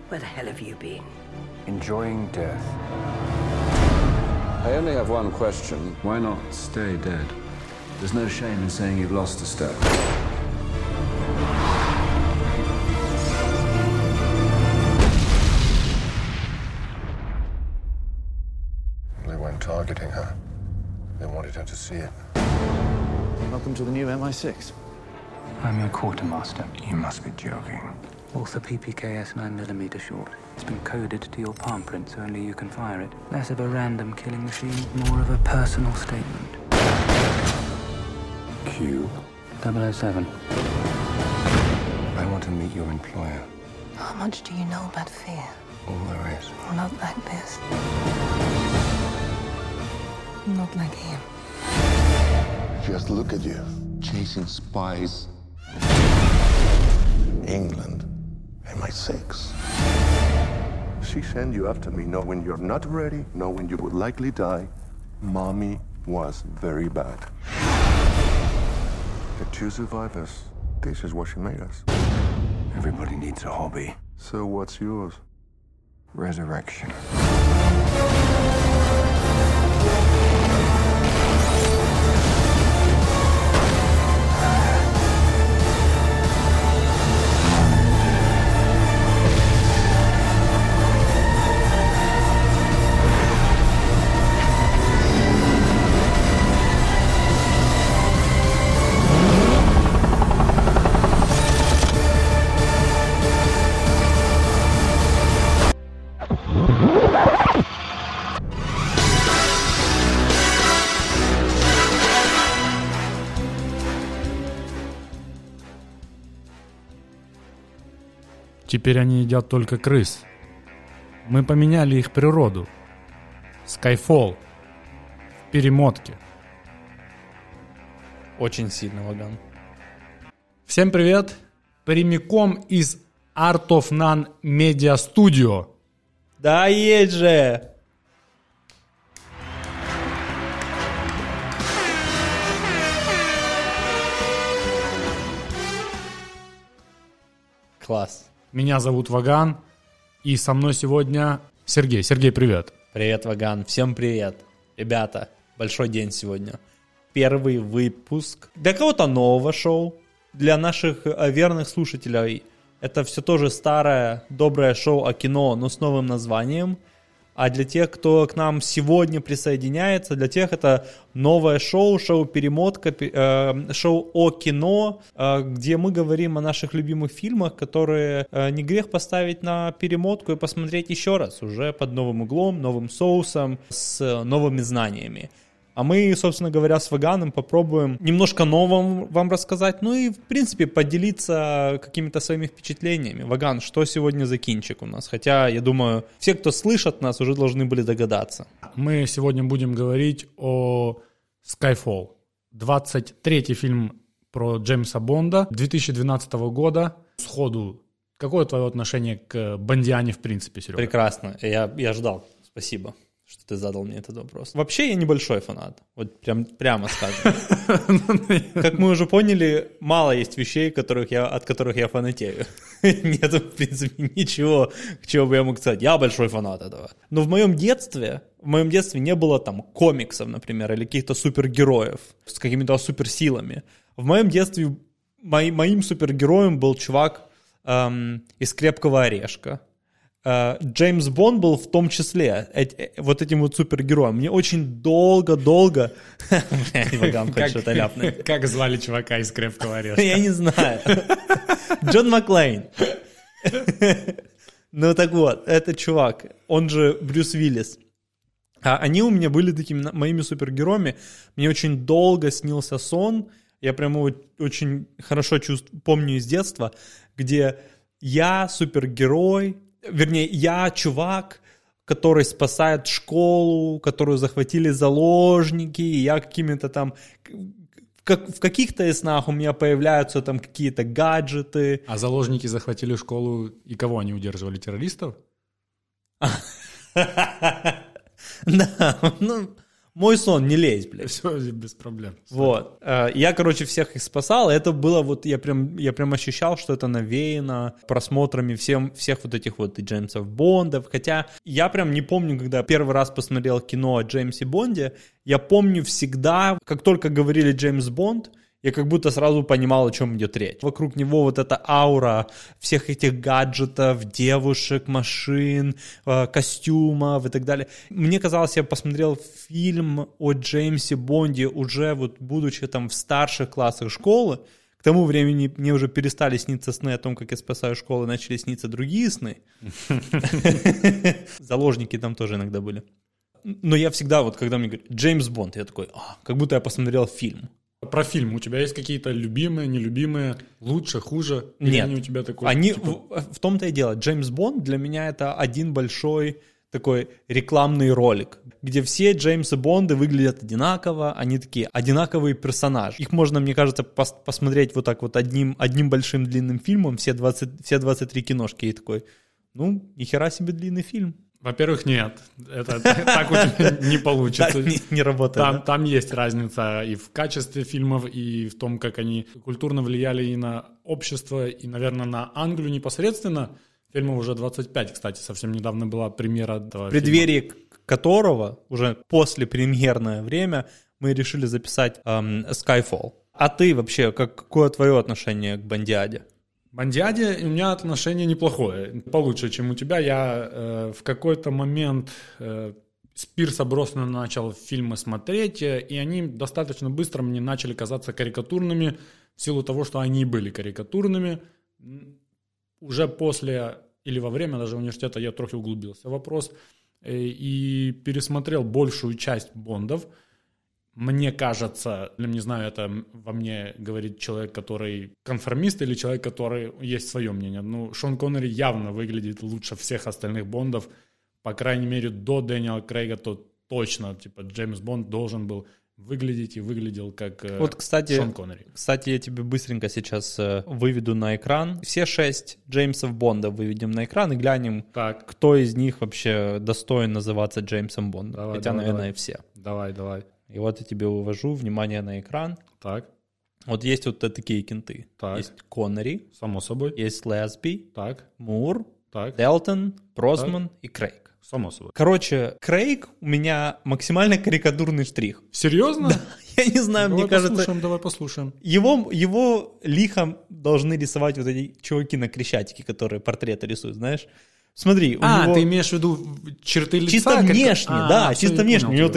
Where the hell have you been? Enjoying death. I only have one question. Why not stay dead? There's no shame in saying you've lost a step. They weren't targeting her. They wanted her to see it. Welcome to the new MI6. I'm your quartermaster. You must be joking. Author PPKS 9mm short. It's been coded to your palm print, so only you can fire it. Less of a random killing machine, more of a personal statement. Q. 007. I want to meet your employer. How much do you know about fear? All there is. Not like this. Not like him. Just look at you. Chasing spies. England. MI6. She sent you after me knowing you're not ready, knowing you would likely die. Mommy was very bad. The two survivors. This is what she made us. Everybody needs a hobby. So what's yours? Resurrection. Теперь они едят только крыс. Мы поменяли их природу. Skyfall. В перемотке. Очень сильно, Ваган. Всем привет. Прямиком из Art of None Media Studio. Да есть же! Класс. Меня зовут Ваган. И со мной сегодня Сергей. Сергей, привет. Привет, Ваган. Всем привет. Ребята, большой день сегодня. Первый выпуск. Для кого-то нового шоу. Для наших верных слушателей это все тоже старое, доброе шоу о кино, но с новым названием. А для тех, кто к нам сегодня присоединяется, для тех это новое шоу, шоу-перемотка, шоу о кино, где мы говорим о наших любимых фильмах, которые не грех поставить на перемотку и посмотреть еще раз, уже под новым углом, новым соусом, с новыми знаниями. А мы, собственно говоря, с Ваганом попробуем немножко новым вам рассказать, ну и, в принципе, поделиться какими-то своими впечатлениями. Ваган, что сегодня за кинчик у нас? Хотя, я думаю, все, кто слышат нас, уже должны были догадаться. Мы сегодня будем говорить о Skyfall. 23-й фильм про Джеймса Бонда 2012 года. Сходу, какое твое отношение к Бондиане в принципе, Серега? Прекрасно, я ждал. Спасибо, что ты задал мне этот вопрос. Вообще я небольшой фанат, вот прямо скажем. Как мы уже поняли, мало есть вещей, от которых я фанатею. Нет, в принципе, ничего, к чему бы я мог сказать. Я большой фанат этого. Но в моем детстве не было там комиксов, например, или каких-то супергероев с какими-то суперсилами. В моем детстве моим супергероем был чувак из «Крепкого орешка». Джеймс Бонд был в том числе вот этим вот супергероем. Мне очень долго... Ваган хочет что-то ляпнуть. Как звали чувака из «Крепкого орешка»? Я не знаю. Джон Маклейн. Ну так вот, этот чувак, он же Брюс Уиллис. Они у меня были такими моими супергероями. Мне очень долго снился сон. Я прямо очень хорошо помню из детства, где я супергерой. Вернее, я чувак, который спасает школу, которую захватили заложники, и я какими-то там... в каких-то снах у меня появляются там какие-то гаджеты. А заложники захватили школу, и кого они удерживали? Террористов? Да, ну, Мой сон, не лезь, блядь. Все без проблем. Вот. Я, короче, всех их спасал. Это было вот, я прям ощущал, что это навеяно просмотрами всех вот этих вот и Джеймсов Бондов. Хотя я прям не помню, когда первый раз посмотрел кино о Джеймсе Бонде, я помню всегда, как только говорили Джеймс Бонд, я как будто сразу понимал, о чем идет речь. Вокруг него вот эта аура всех этих гаджетов, девушек, машин, костюмов и так далее. Мне казалось, я посмотрел фильм о Джеймсе Бонде уже вот будучи там в старших классах школы. К тому времени мне уже перестали сниться сны о том, как я спасаю школу, начали сниться другие сны. Заложники там тоже иногда были. Но я всегда, вот когда мне говорят «Джеймс Бонд», я такой, как будто я посмотрел фильм. Про фильм. У тебя есть какие-то любимые, нелюбимые, лучше, хуже? Или Нет. они у тебя такой? Они, типа, в том-то и дело. Джеймс Бонд для меня это один большой такой рекламный ролик, где все Джеймсы Бонды выглядят одинаково, они такие одинаковые персонажи. Их можно, мне кажется, посмотреть вот так вот одним большим длинным фильмом, все 23 киношки, и такой, нихера себе длинный фильм. Во-первых, нет. Это так у тебя не получится. Так не работает. Там есть разница и в качестве фильмов, и в том, как они культурно влияли и на общество, и, наверное, на Англию непосредственно. Фильму уже 25, кстати, совсем недавно была премьера этого В преддверии которого, уже после премьерное время, мы решили записать Skyfall. А ты вообще, какое твое отношение к Бондиаде? Бондиаде у меня отношение неплохое, получше, чем у тебя. Я в какой-то момент с Пирса Броснана начал фильмы смотреть, и они достаточно быстро мне начали казаться карикатурными в силу того, что они были карикатурными. Уже после или во время даже университета я трохи углубился в вопрос и пересмотрел большую часть Бондов. Мне кажется, не знаю, это во мне говорит человек, который конформист, или человек, который есть свое мнение. Шон Коннери явно выглядит лучше всех остальных Бондов. По крайней мере, до Дэниела Крейга то точно, Джеймс Бонд должен был выглядеть и выглядел как Шон Коннери. Кстати, я тебе быстренько сейчас выведу на экран. Все 6 Джеймсов Бонда выведем на экран и глянем, кто из них вообще достоин называться Джеймсом Бондом. Хотя, наверное, все. Давай. И вот я тебе увожу, внимание на экран. Так. Вот есть вот такие кенты. Так. Есть Коннери. Само собой. Есть Лесби. Так. Мур. Так. Делтон. Бросман и Крейг. Само собой. Короче, Крейг у меня максимально карикатурный штрих. Серьезно? Да, я не знаю, мне кажется... Давай послушаем. Его лихом должны рисовать вот эти чуваки на Крещатике, которые портреты рисуют, знаешь? Смотри, у него... ты имеешь в виду черты лица? Чисто внешне, да, чисто внешне. У него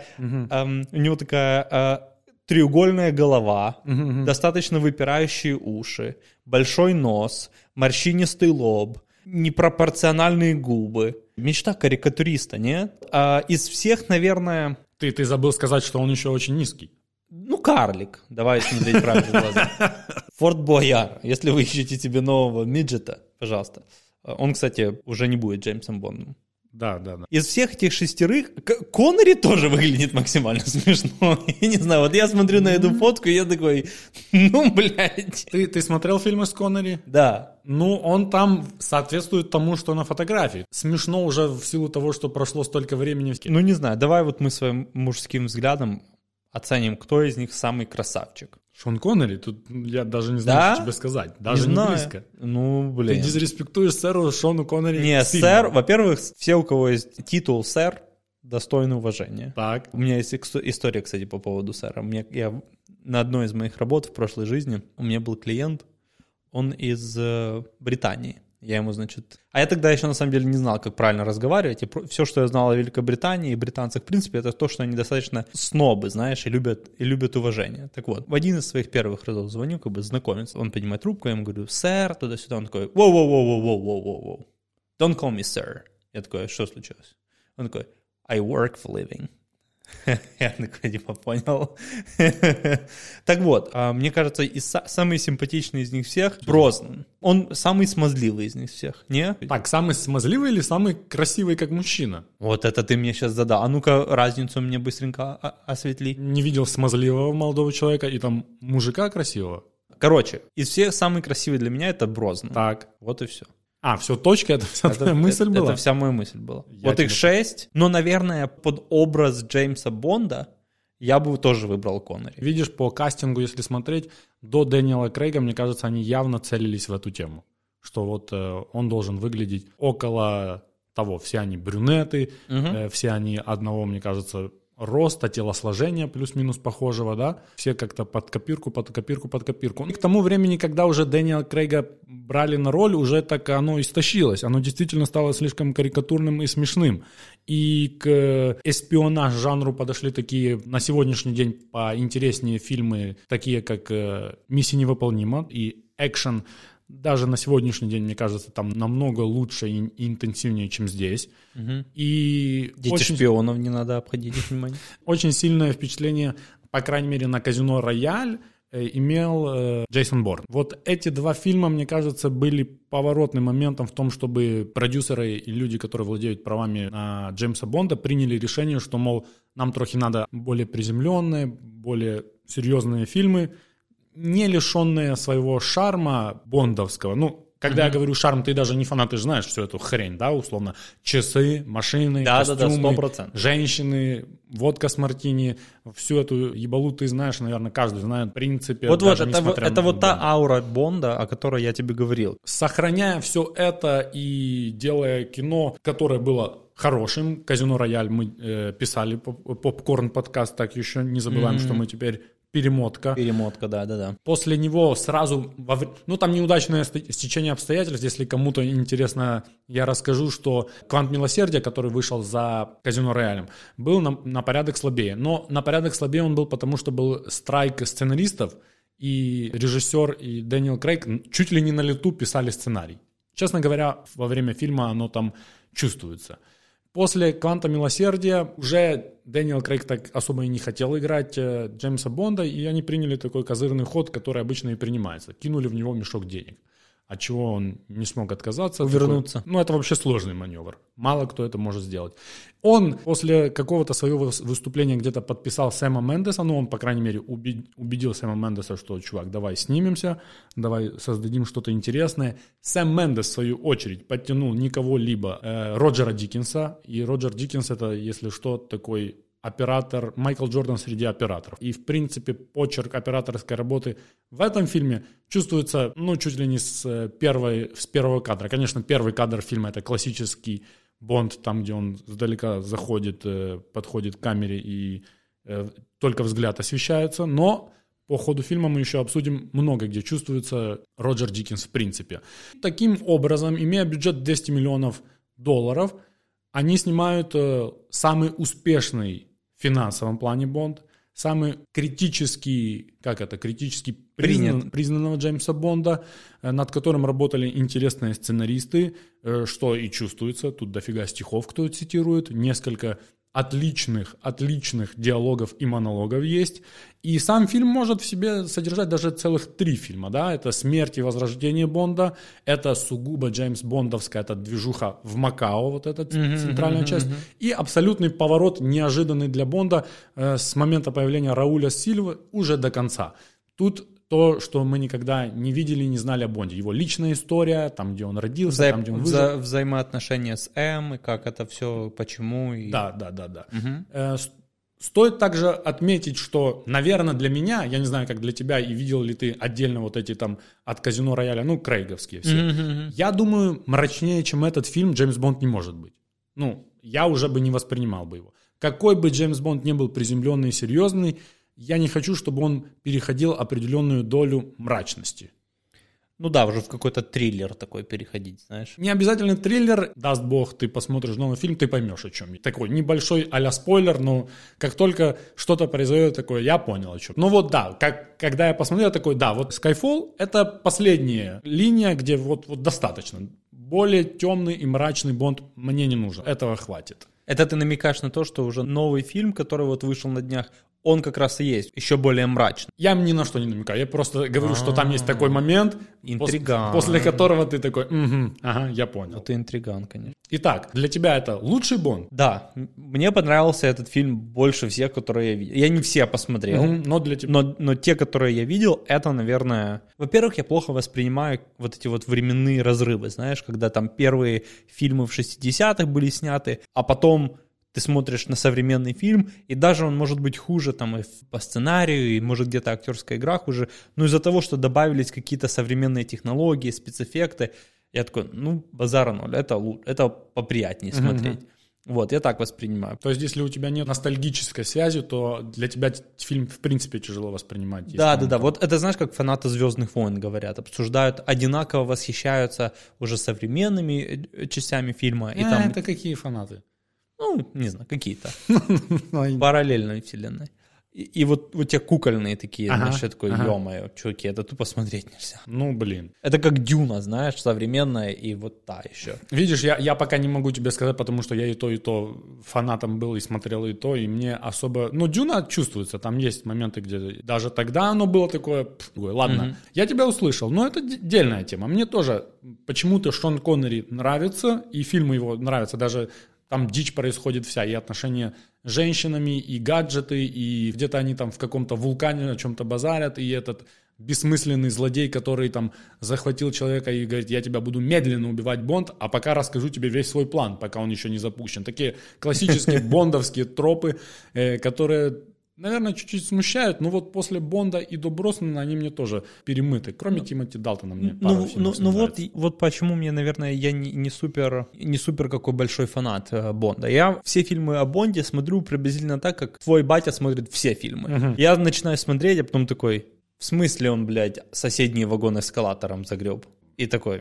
такая треугольная голова, достаточно выпирающие уши, большой нос, морщинистый лоб, непропорциональные губы. Мечта карикатуриста, нет? Из всех, наверное... Ты забыл сказать, что он еще очень низкий. Карлик. Давай смотреть правильно в глаза. Форт Бояр. Если вы ищете себе нового миджета, пожалуйста. Он, кстати, уже не будет Джеймсом Бондом. Да. Из всех этих 6 Коннери тоже выглядит максимально смешно. Я не знаю, вот я смотрю на эту фотку, и я такой, блядь. Ты смотрел фильмы с Коннери? Да. Он там соответствует тому, что на фотографии. Смешно уже в силу того, что прошло столько времени. Не знаю, давай вот мы своим мужским взглядом оценим, кто из них самый красавчик. Шон Коннери? Тут я даже не знаю, что тебе сказать. Даже не близко. Блин. Ты дизреспектуешь сэру Шону Коннери? Не, сильно. сэр, во-первых, все, у кого есть титул сэр, достойны уважения. Так. У меня есть история, кстати, по поводу сэра. Я на одной из моих работ в прошлой жизни, у меня был клиент, он из Британии. Я ему, А я тогда еще на самом деле не знал, как правильно разговаривать. И все, что я знал о Великобритании и британцах, в принципе, это то, что они достаточно снобы, знаешь, и любят уважение. Так вот, в один из своих первых разов звоню, знакомиться. Он поднимает трубку, я ему говорю, сэр, туда-сюда. Он такой, воу. Don't call me sir. Я такой, что случилось? Он такой, I work for living. Я такой, понял. Так вот, мне кажется, самый симпатичный из них всех Броснан. Он самый смазливый из них всех, не? Так, самый смазливый или самый красивый как мужчина? Вот это ты мне сейчас задал. А ну-ка, разницу мне быстренько осветли. Не видел смазливого молодого человека и там мужика красивого? Короче, из всех самый красивый для меня это Броснан. Так. Вот и все. все, точка, это вся твоя мысль была? Это вся моя мысль была. Я вот их 6, но, наверное, под образ Джеймса Бонда я бы тоже выбрал Коннери. Видишь, по кастингу, если смотреть, до Дэниела Крейга, мне кажется, они явно целились в эту тему. Что вот он должен выглядеть около того. Все они брюнеты, все они одного, мне кажется, роста, телосложения плюс-минус похожего, да? Все как-то под копирку. И к тому времени, когда уже Дэниела Крейга брали на роль, уже так оно истощилось. Оно действительно стало слишком карикатурным и смешным. И к эспионаж-жанру подошли такие, на сегодняшний день, поинтереснее фильмы, такие как «Миссия невыполнима» и «Экшен». Даже на сегодняшний день, мне кажется, там намного лучше и интенсивнее, чем здесь. И Дети шпионов не надо обходить внимание. Очень сильное впечатление, по крайней мере, на «Казино Рояль» имел Джейсон Борн. Вот эти два фильма, мне кажется, были поворотным моментом в том, чтобы продюсеры и люди, которые владеют правами на Джеймса Бонда, приняли решение, что, мол, нам трохи надо более приземленные, более серьезные фильмы, не лишенные своего шарма бондовского. Ну, когда я говорю шарм, ты даже не фанат, ты же знаешь всю эту хрень, да, условно. Часы, машины, костюмы, 100%. женщины, водка с мартини. Всю эту ебалу ты знаешь, наверное, каждый знает в принципе. Вот, даже это несмотря на вот та Бонда. аура Бонда, о которой я тебе говорил. Сохраняя все это и делая кино, которое было хорошим, «Казино Рояль» мы писали, попкорн-подкаст, так еще не забываем, что мы теперь... Перемотка, да. После него сразу, там неудачное стечение обстоятельств, если кому-то интересно, я расскажу, что «Квант милосердия», который вышел за «Казино Роялем», был на порядок слабее. Но на порядок слабее он был, потому что был страйк сценаристов, и режиссер, и Дэниел Крейг чуть ли не на лету писали сценарий. Честно говоря, во время фильма оно там чувствуется. После «Кванта милосердия» уже Дэниел Крейг так особо и не хотел играть Джеймса Бонда, и они приняли такой козырный ход, который обычно и принимается. Кинули в него мешок денег, от чего он не смог отказаться. Увернуться. Это вообще сложный маневр. Мало кто это может сделать. Он после какого-то своего выступления где-то подписал Сэма Мендеса, он, по крайней мере, убедил Сэма Мендеса, что, чувак, давай снимемся, давай создадим что-то интересное. Сэм Мендес, в свою очередь, подтянул не кого-либо, Роджера Диккенса. И Роджер Диккенс — это, если что, такой оператор, Майкл Джордан среди операторов. И, в принципе, почерк операторской работы в этом фильме чувствуется, чуть ли не с первого кадра. Конечно, первый кадр фильма — это классический Бонд, там, где он сдалека заходит, подходит к камере и только взгляд освещается. Но по ходу фильма мы еще обсудим много, где чувствуется Роджер Диккенс в принципе. Таким образом, имея бюджет $200 миллионов, они снимают самый успешный в финансовом плане Бонд, самый критически признанного Джеймса Бонда, над которым работали интересные сценаристы, что и чувствуется. Тут дофига стихов, кто цитирует, несколько отличных диалогов и монологов есть. И сам фильм может в себе содержать даже целых 3 фильма. Да? Это «Смерть и возрождение Бонда», это сугубо Джеймс Бондовская, это движуха в Макао, вот эта центральная часть, и абсолютный поворот, неожиданный для Бонда с момента появления Рауля Сильвы уже до конца. Тут то, что мы никогда не видели, не знали о Бонде. Его личная история, там, где он родился, там, где он выжил. Взаимоотношения с М, и как это все, почему. И... Да. Стоит также отметить, что, наверное, для меня, я не знаю, как для тебя, и видел ли ты отдельно вот эти там от «Казино Рояля», крейговские все. Я думаю, мрачнее, чем этот фильм, Джеймс Бонд не может быть. Я уже бы не воспринимал бы его. Какой бы Джеймс Бонд ни был приземленный и серьезный, я не хочу, чтобы он переходил определенную долю мрачности. Уже в какой-то триллер такой переходить, знаешь. Не обязательно триллер, даст бог, ты посмотришь новый фильм, ты поймешь, о чем я. Такой небольшой а-ля спойлер, но как только что-то произойдет такое, я понял, о чем. Когда я посмотрел, я такой, Skyfall — это последняя линия, где вот достаточно. Более темный и мрачный Бонд мне не нужен, этого хватит. Это ты намекаешь на то, что уже новый фильм, который вот вышел на днях, он как раз и есть еще более мрачный. Я ни на что не намекаю, я просто говорю, что там есть такой момент, Интриган. после которого ты такой, ага, я понял. Ты интриган, конечно. Итак, для тебя это лучший Бонд? Да, мне понравился этот фильм больше всех, которые я видел. Я не все посмотрел, Но для тебя... но те, которые я видел, это, наверное... Во-первых, я плохо воспринимаю вот эти вот временные разрывы, знаешь, когда там первые фильмы в 60-х были сняты, а потом... Ты смотришь на современный фильм, и даже он может быть хуже там и по сценарию, и может где-то актерская игра хуже, но из-за того, что добавились какие-то современные технологии, спецэффекты, я такой, базара ноль, это поприятнее смотреть. Вот, я так воспринимаю. То есть, если у тебя нет ностальгической связи, то для тебя фильм, в принципе, тяжело воспринимать. Да. Вот это, знаешь, как фанаты «Звездных войн» говорят, обсуждают, одинаково восхищаются уже современными частями фильма. И там... Это какие фанаты? Не знаю, какие-то. Параллельной вселенной. И вот те кукольные такие, знаешь, я такой, ё-моё, чуваки, это тупо смотреть нельзя. Блин. Это как «Дюна», знаешь, современная и вот та еще. Видишь, я пока не могу тебе сказать, потому что я и то фанатом был, и смотрел и то, и мне особо... «Дюна» чувствуется, там есть моменты, где даже тогда оно было такое, ладно, я тебя услышал, но это отдельная тема. Мне тоже почему-то Шон Коннери нравится, и фильмы его нравятся, даже... Там дичь происходит вся, и отношения с женщинами, и гаджеты, и где-то они там в каком-то вулкане о чем-то базарят, и этот бессмысленный злодей, который там захватил человека и говорит, я тебя буду медленно убивать, Бонд, а пока расскажу тебе весь свой план, пока он еще не запущен. Такие классические бондовские тропы, которые... Наверное, чуть-чуть смущают, но вот после Бонда и до Броснана они мне тоже перемыты. Кроме Тимоти Далтона мне пару фильмов вот почему мне, наверное, я не супер какой большой фанат Бонда. Я все фильмы о Бонде смотрю приблизительно так, как твой батя смотрит все фильмы. Я начинаю смотреть, а потом такой, в смысле он, блядь, соседний вагон эскалатором загреб? И такой,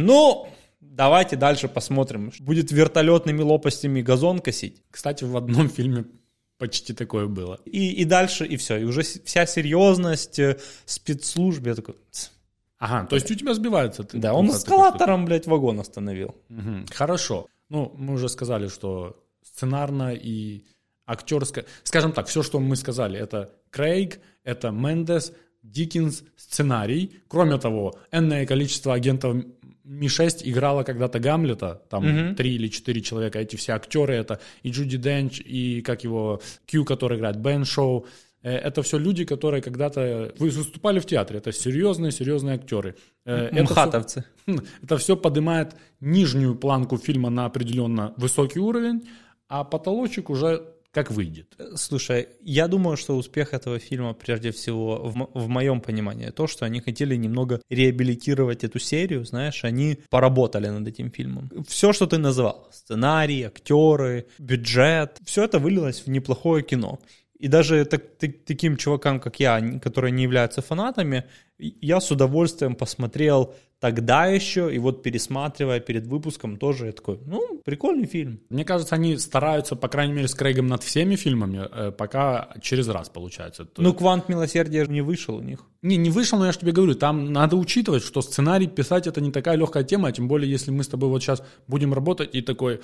давайте дальше посмотрим. Будет вертолетными лопастями газон косить. Кстати, в одном фильме почти такое было. И дальше, и все. И уже вся серьезность спецслужб, я такой... Ага, то есть у тебя сбивается. Да, он эскалатором, блядь, вагон остановил. Хорошо. Мы уже сказали, что сценарно и актерское... Скажем так, все, что мы сказали, это Крейг, это Мендес, Диккенс, сценарий. Кроме того, энное количество агентов Ми-6 играла когда-то Гамлета, там 3 или 4 человека, эти все актеры, это и Джуди Денч, и как его Кью, который играет Бен Шоу, это все люди, которые когда-то выступали в театре, это серьезные актеры. МХАТовцы. Это все поднимает нижнюю планку фильма на определенно высокий уровень, а потолочек уже как выйдет. Слушай, я думаю, что успех этого фильма, прежде всего, в моем понимании, то, что они хотели немного реабилитировать эту серию, знаешь, они поработали над этим фильмом. Все, что ты назвал, сценарий, актеры, бюджет, все это вылилось в неплохое кино. И даже таким чувакам, как я, которые не являются фанатами, я с удовольствием посмотрел тогда еще, и вот пересматривая перед выпуском тоже я такой, прикольный фильм. Мне кажется, они стараются, по крайней мере, с Крейгом над всеми фильмами, пока через раз получается. «Квант милосердия» не вышел у них. Не вышел, но я же тебе говорю, там надо учитывать, что сценарий писать это не такая легкая тема, а тем более, если мы с тобой вот сейчас будем работать и такой,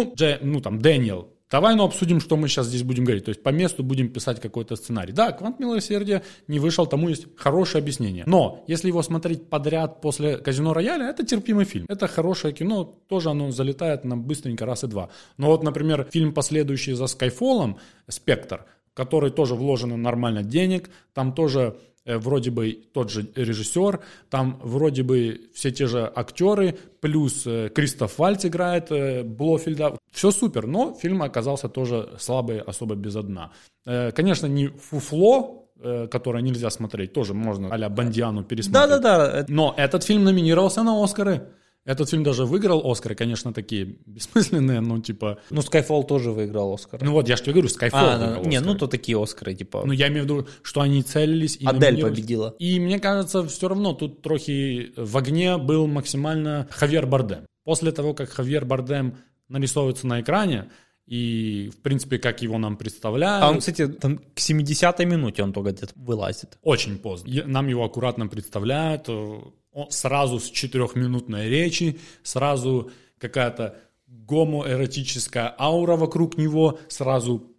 Дэниел, давай, обсудим, что мы сейчас здесь будем говорить. То есть по месту будем писать какой-то сценарий. Да, «Квант милосердия» не вышел, тому есть хорошее объяснение. Но если его смотреть подряд после «Казино Рояля», это терпимый фильм. Это хорошее кино, тоже оно залетает на быстренько раз и два. Но вот, например, фильм, последующий за «Скайфоллом», «Спектр», который тоже вложено нормально денег, там тоже... вроде бы тот же режиссер, там вроде бы все те же актеры, плюс Кристоф Вальц играет Блофельда. Все супер, но фильм оказался тоже слабый, особо безо дна. Конечно, не фуфло, которое нельзя смотреть, тоже можно а-ля Бондиану пересмотреть. Да. Но этот фильм номинировался на Оскары. Этот фильм даже выиграл Оскары, конечно, такие бессмысленные, Skyfall тоже выиграл Оскар. Я же тебе говорю, Skyfall выиграл Оскар. То такие Оскары, типа... Я имею в виду, что они целились и Адель победила. И мне кажется, все равно тут трохи в огне был максимально Хавьер Бардем. После того, как Хавьер Бардем нарисовывается на экране, и, в принципе, как его нам представляют... А он, кстати, там к 70-й минуте он только где-то вылазит. Очень поздно. Нам его аккуратно представляют... Сразу с 4-минутной речи, сразу какая-то гомоэротическая аура вокруг него, сразу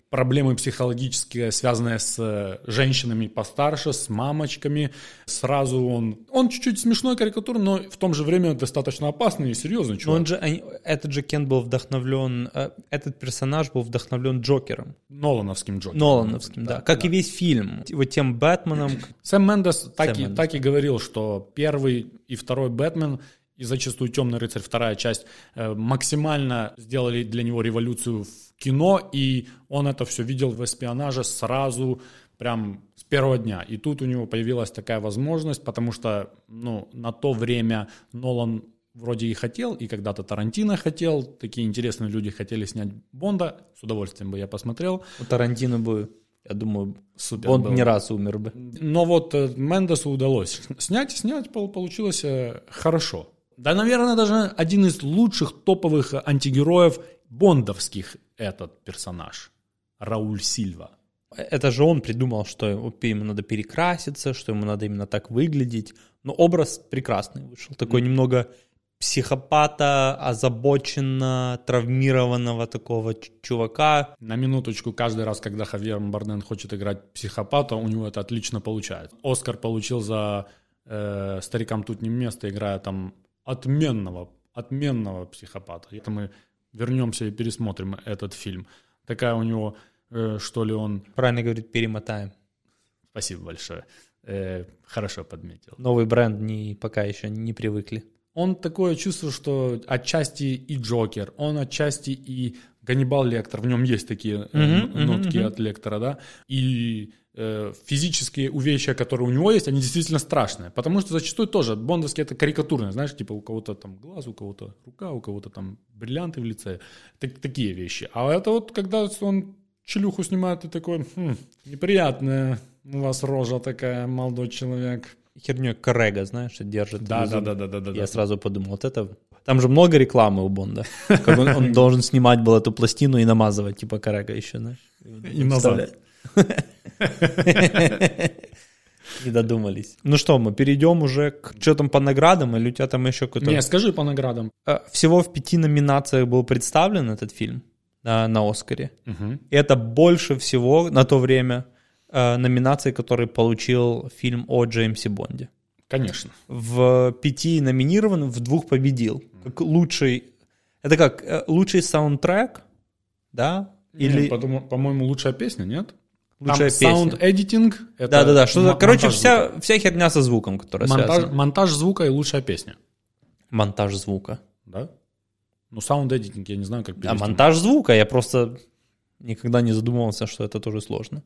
проблемы психологические, связанные с женщинами постарше, с мамочками. Сразу он чуть-чуть смешной, карикатурный, но в том же время достаточно опасный и серьезный Но чувак. этот же Кент был вдохновлен, этот персонаж был вдохновлен Джокером. Нолановским Джокером. Нолановским, да. Как и весь фильм. Вот тем Бэтменом. Сэм Мендес Сэм Мендес. так и говорил, что первый и второй Бэтмен и зачастую «Темный рыцарь», вторая часть, максимально сделали для него революцию в кино, и он это все видел в «Эспионаже» сразу, прям с первого дня. И тут у него появилась такая возможность, потому что на то время Нолан вроде и хотел, и когда-то Тарантино хотел, такие интересные люди хотели снять Бонда, с удовольствием бы я посмотрел. У Тарантино бы, я думаю, Супер Бонд был. не раз умер бы. Но вот Мендесу удалось снять, получилось хорошо. Да, наверное, даже один из лучших топовых антигероев бондовских этот персонаж. Рауль Сильва. Это же он придумал, что ему надо перекраситься, что ему надо именно так выглядеть. Но образ прекрасный вышел. Такой немного психопата, озабоченно, травмированного такого чувака. На минуточку, каждый раз, когда Хавьер Бардем хочет играть психопата, у него это отлично получается. Оскар получил за «Старикам тут не место», играя там отменного психопата. Это мы вернемся и пересмотрим этот фильм. Такая у него, что ли, он... Правильно говорит, перемотаем. Спасибо большое. Хорошо подметил. Новый бренд пока еще не привыкли. Он такое чувство, что отчасти и Джокер, он отчасти и Ганнибал Лектор, в нем есть такие нотки от Лектора, да, и физические увечья, которые у него есть, они действительно страшные, потому что зачастую тоже бондовские это карикатурные, знаешь, типа у кого-то там глаз, у кого-то рука, у кого-то там бриллианты в лице, такие вещи. А это вот когда он челюху снимает, и такой, неприятная у вас рожа такая, молодой человек. Херню Коррега, знаешь, держит. Да. Я сразу подумал, вот это... Там же много рекламы у Бонда. Как он должен снимать был эту пластину и намазывать, типа Коррега еще, знаешь. И назад. Не додумались. Ну что, мы перейдем уже к что там по наградам, или у тебя там еще какой-то... Не, скажи по наградам. Всего в 5 номинациях был представлен этот фильм на Оскаре. И это больше всего на то время номинаций, которые получил фильм о Джеймсе Бонде. Конечно. В 5 номинирован, в 2 победил. Как лучший... Это как лучший саундтрек, да? Или... Нет, по-моему, лучшая песня, нет? Лучшая песня. Саунд-эдитинг. Да. Что-то, короче, вся херня со звуком, которая связана. Монтаж звука и лучшая песня. Монтаж звука. Да? Ну, саунд-эдитинг, я не знаю, как перевести. А монтаж звука, я просто никогда не задумывался, что это тоже сложно.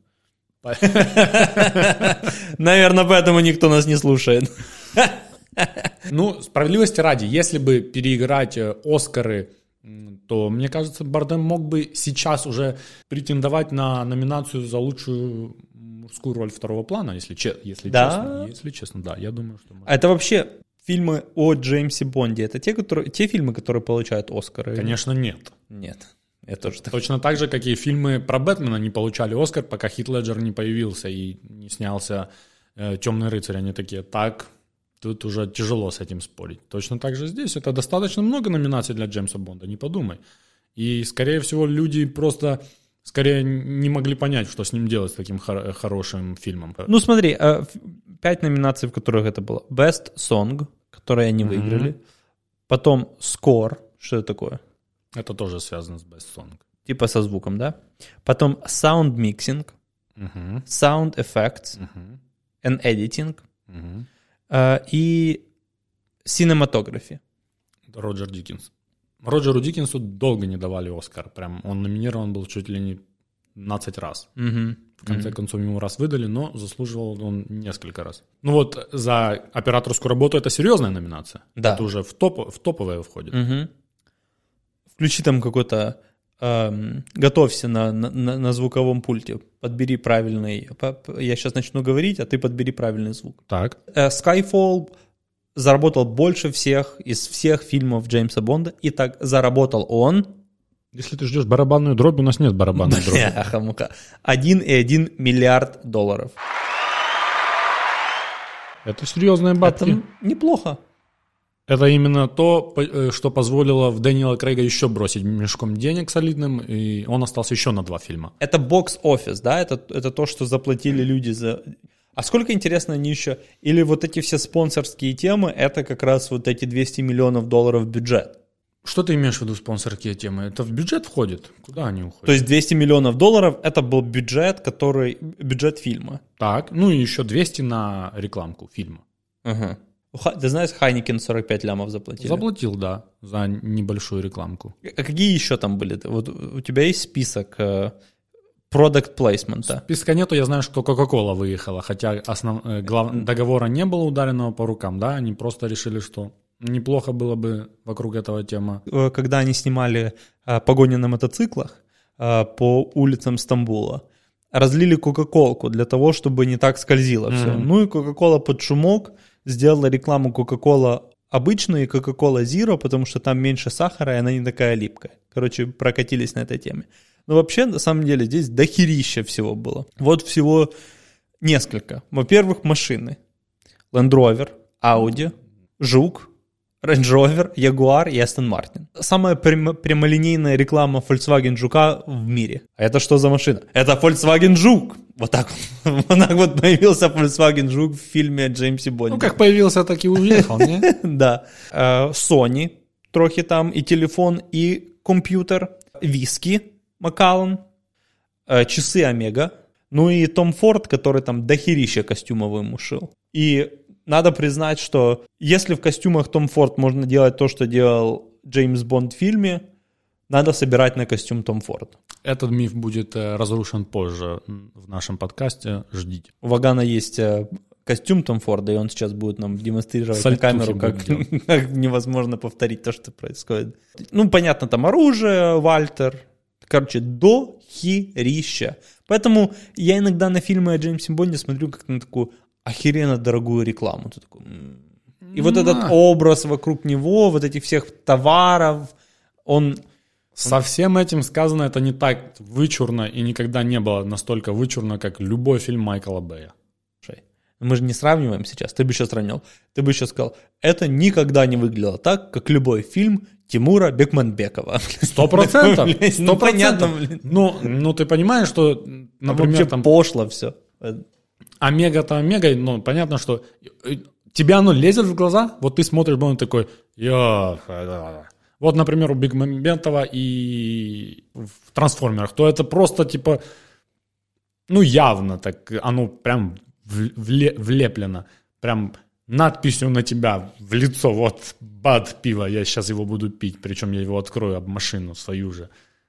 Наверное, поэтому никто нас не слушает. Ну, справедливости ради, если бы переиграть Оскары, то, мне кажется, Бардем мог бы сейчас уже претендовать на номинацию за лучшую мужскую роль второго плана, если Да? честно, да, я думаю, что... А это вообще фильмы о Джеймсе Бонде, это те фильмы, которые получают Оскары? Конечно, нет. Нет. Я тоже так. Точно так же, как и фильмы про Бэтмена не получали Оскар, пока Хит Леджер не появился и не снялся «Темный рыцарь». Они такие, так, тут уже тяжело с этим спорить. Точно так же здесь. Это достаточно много номинаций для Джеймса Бонда, не подумай. И, скорее всего, люди просто скорее не могли понять, что с ним делать, с таким хорошим фильмом. Ну, смотри, 5 номинаций, в которых это было. Best Song, которые они выиграли. Потом Score, что это такое? Это тоже связано с Best Song. Типа со звуком, да? Потом Sound Mixing, Sound Effects, and Editing и Cinematography. Роджер Диккенс. Роджеру Диккенсу долго не давали Оскар. Прям он номинирован был чуть ли не 15 раз. В конце концов ему раз выдали, но заслуживал он несколько раз. Ну вот за операторскую работу это серьезная номинация. Да. Это уже в топовое входит. Включи там какой-то... готовься на звуковом пульте. Подбери правильный... Я сейчас начну говорить, а ты подбери правильный звук. Так. Skyfall заработал больше всех из всех фильмов Джеймса Бонда. И так заработал он... Если ты ждешь барабанную дробь, у нас нет барабанной дроби. Ахамука. $1,1 миллиард. Это серьезные бабки. Это неплохо. Это именно то, что позволило в Дэниела Крейга еще бросить мешком денег солидным, и он остался еще на 2 фильма. Это бокс-офис, да? Это то, что заплатили люди за... А сколько, интересно, они еще... Или вот эти все спонсорские темы, это как раз вот эти $200 миллионов бюджет. Что ты имеешь в виду спонсорские темы? Это в бюджет входит? Куда они уходят? То есть $200 миллионов это был бюджет, бюджет фильма. Так, ну и еще 200 на рекламку фильма. Ага. Ты знаешь, Хайнекен 45 лямов заплатили? Заплатил, да, за небольшую рекламку. А какие еще там были? Вот у тебя есть список product placement? Списка нету, я знаю, что Coca-Cola выехала, хотя договора не было ударенного по рукам, да, они просто решили, что неплохо было бы вокруг этого тема. Когда они снимали погони на мотоциклах по улицам Стамбула, разлили Кока-Колку для того, чтобы не так скользило все. Ну и Кока-Кола под шумок сделала рекламу Кока-Кола обычную и Кока-Кола Zero, потому что там меньше сахара, и она не такая липкая. Короче, прокатились на этой теме. Но вообще, на самом деле, здесь дохерища всего было. Вот всего несколько. Во-первых, машины. Land Rover, Audi, Жук, Range Rover, Jaguar и Aston Martin. Самая прямолинейная реклама Volkswagen Жука в мире. А это что за машина? Это Volkswagen Жук. Вот так вот появился Volkswagen Жук в фильме о Джеймсе Бонде. Ну, как появился, так и уехал, не? Да. Sony трохи там, и телефон, и компьютер, виски Макаллан, часы Омега, ну и Том Форд, который там дохерища костюмов вымушил. И надо признать, что если в костюмах Том Форд можно делать то, что делал Джеймс Бонд в фильме, надо собирать на костюм Том Форд. Этот миф будет разрушен позже в нашем подкасте, ждите. У Вагана есть костюм Том Форда, и он сейчас будет нам демонстрировать Сальтухи на камеру, как невозможно повторить то, что происходит. Ну, понятно, там оружие, Вальтер. Короче, дохерища. Поэтому я иногда на фильмы о Джеймсе Бонде смотрю как на такую охеренно дорогую рекламу. Ты такой... И вот этот образ вокруг него, вот этих всех товаров, он... Со всем этим сказано, это не так вычурно и никогда не было настолько вычурно, как любой фильм Майкла Бэя. Мы же не сравниваем сейчас. Ты бы сейчас сравнил. Ты бы сейчас сказал, это никогда не выглядело так, как любой фильм Тимура Бекмамбекова. 100%. Ну, понятно, блин. Ну, ты понимаешь, что, например, вообще там... пошло все. Омега-то омега, ну, понятно, что тебе оно лезет в глаза, вот ты смотришь, он такой, вот, например, у Бекмамбетова и в «Трансформерах», то это просто, типа, ну, явно так, оно прям влеплено, прям надписью на тебя в лицо, вот, бад пиво, я сейчас его буду пить, причем я его открою об машину свою же.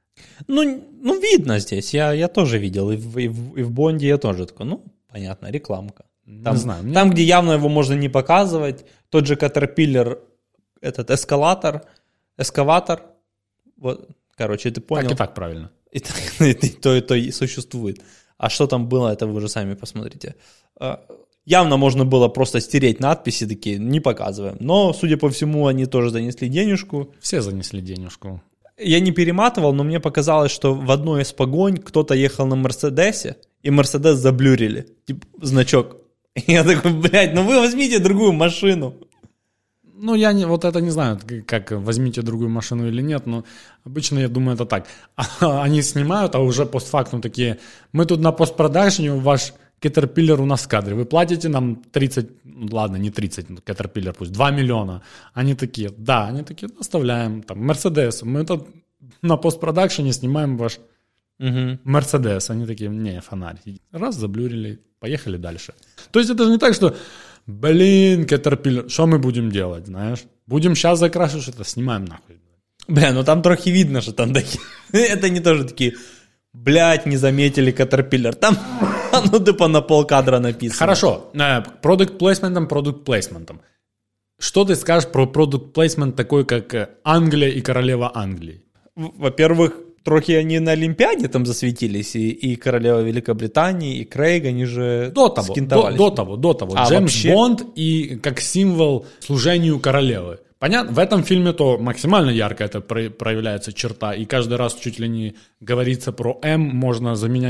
Ну видно здесь, я тоже видел, и в Бонде я тоже такой, ну, понятно, рекламка. Там, не знаю, там, где явно его можно не показывать, тот же Caterpillar, этот эскаватор, вот, короче, ты понял. Так и так правильно. И то и существует. А что там было, это вы уже сами посмотрите. Явно можно было просто стереть надписи такие, не показываем. Но, судя по всему, они тоже занесли денежку. Все занесли денежку. Я не перематывал, но мне показалось, что в одной из погонь кто-то ехал на Мерседесе, и Мерседес заблюрили. Типа, значок. И я такой, блядь, ну вы возьмите другую машину. Ну, я вот это не знаю, как возьмите другую машину или нет, но обычно я думаю, это так. Они снимают, а уже постфактум такие, мы тут на постпродакшене, ваш Caterpillar у нас в кадре, вы платите нам 30, ладно, не 30, Caterpillar пусть, 2 миллиона. Они такие, да, они такие, оставляем, там, Мерседес, мы тут на постпродакшене снимаем ваш Мерседес. Они такие, не, фонарь. Раз, заблюрили, поехали дальше. То есть это же не так, что... Блин, Caterpillar, что мы будем делать, знаешь? Будем сейчас закрашивать что-то, снимаем нахуй. Бля, ну там трохи видно, что там такие... Это не тоже такие, блядь, не заметили Caterpillar. Там, ну, типа на полкадра написано. Хорошо, продукт плейсментом. Что ты скажешь про продукт плейсмент такой, как Англия и королева Англии? Во-первых, трохи они на Олимпиаде там засветились, и королева Великобритании, и Крейг, они же скинтовались. До того. Джеймс вообще? Бонд и как символ служению королевы. Понятно? В этом фильме то максимально ярко это проявляется черта, и каждый раз чуть ли не говорится про М, можно заменять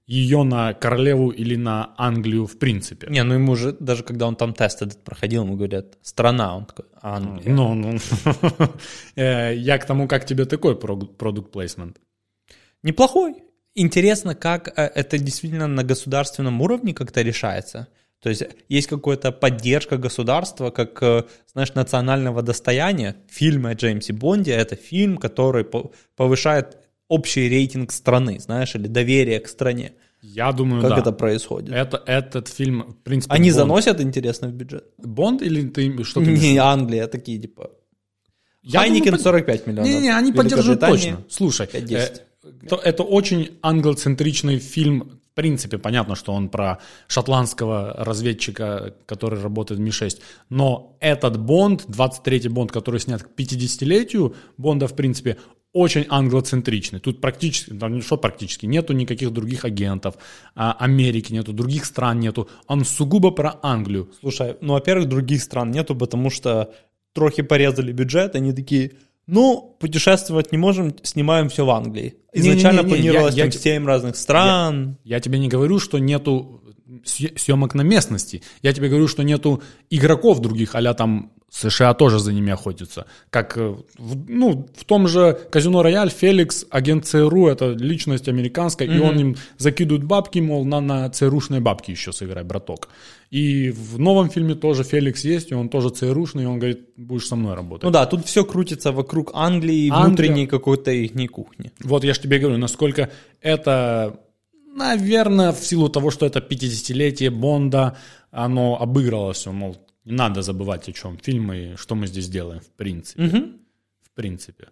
ее на королеву или на Англию в принципе. Не, ну ему же, даже когда он там тест этот проходил, ему говорят, страна, он такой, Англия. Ну. Я к тому, как тебе такой продукт плейсмент. Неплохой. Интересно, как это действительно на государственном уровне как-то решается. То есть есть какая-то поддержка государства, как, знаешь, национального достояния. Фильмы о Джеймсе Бонде — это фильм, который повышает общий рейтинг страны, знаешь, или доверие к стране. Я думаю, как да. это происходит. Этот фильм, в принципе... Они Бонд. заносят, интересно, в бюджет? Бонд или ты что-то... Не, Англия, такие типа... Хайникен 45 миллионов. Не, они поддержат точно. Слушай, 5-10. Это очень англоцентричный фильм. В принципе, понятно, что он про шотландского разведчика, который работает в Ми-6. Но этот Бонд, 23-й Бонд, который снят к 50-летию Бонда, в принципе, очень англоцентричный. Тут практически, нету никаких других агентов Америки, нету других стран, нету. Он сугубо про Англию. Слушай, ну, во-первых, других стран нету, потому что трохи порезали бюджет, они такие... Ну, путешествовать не можем, снимаем все в Англии. Изначально планировалось там 7 разных стран. Я тебе не говорю, что нету съемок на местности. Я тебе говорю, что нету игроков других, а-ля там США тоже за ними охотятся. Как, в том же Казино Рояль Феликс, агент ЦРУ, это личность американская, и он им закидывает бабки, мол, на ЦРУшные бабки еще сыграй, браток. И в новом фильме тоже Феликс есть, и он тоже ЦРУшный, и он говорит, будешь со мной работать. Ну да, тут все крутится вокруг Англии, внутренней какой-то их кухни. Вот я же тебе говорю, насколько это, наверное, в силу того, что это 50-летие Бонда, оно обыграло все, мол, не надо забывать, о чем фильм и что мы здесь делаем, в принципе. В принципе.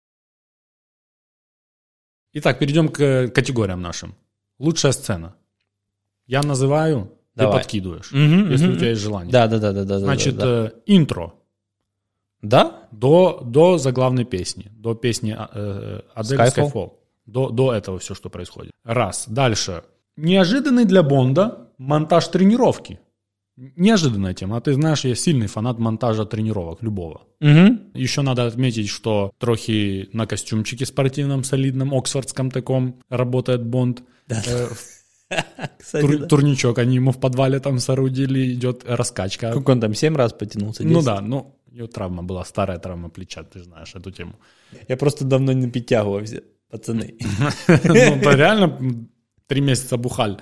Итак, перейдем к категориям нашим. Лучшая сцена. Я называю, Давай. ты подкидываешь, если у тебя есть желание. Да. Значит, да. Интро. Да? До заглавной песни. До песни Адель Skyfall. До этого все, что происходит. Раз. Дальше. Неожиданный для Бонда монтаж тренировки. Неожиданная тема. А ты знаешь, я сильный фанат монтажа тренировок любого. Еще надо отметить, что трохи на костюмчике спортивном, солидном, оксфордском таком работает Бонд. Кстати, да. Турничок они ему в подвале там соорудили, идет раскачка. Как он там 7 раз потянулся? 10? Ну да, у него травма была, старая травма плеча, ты знаешь эту тему. Я просто давно не подтягивался, пацаны. Ну, реально 3 месяца бухаль.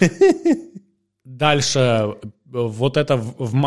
Дальше, вот это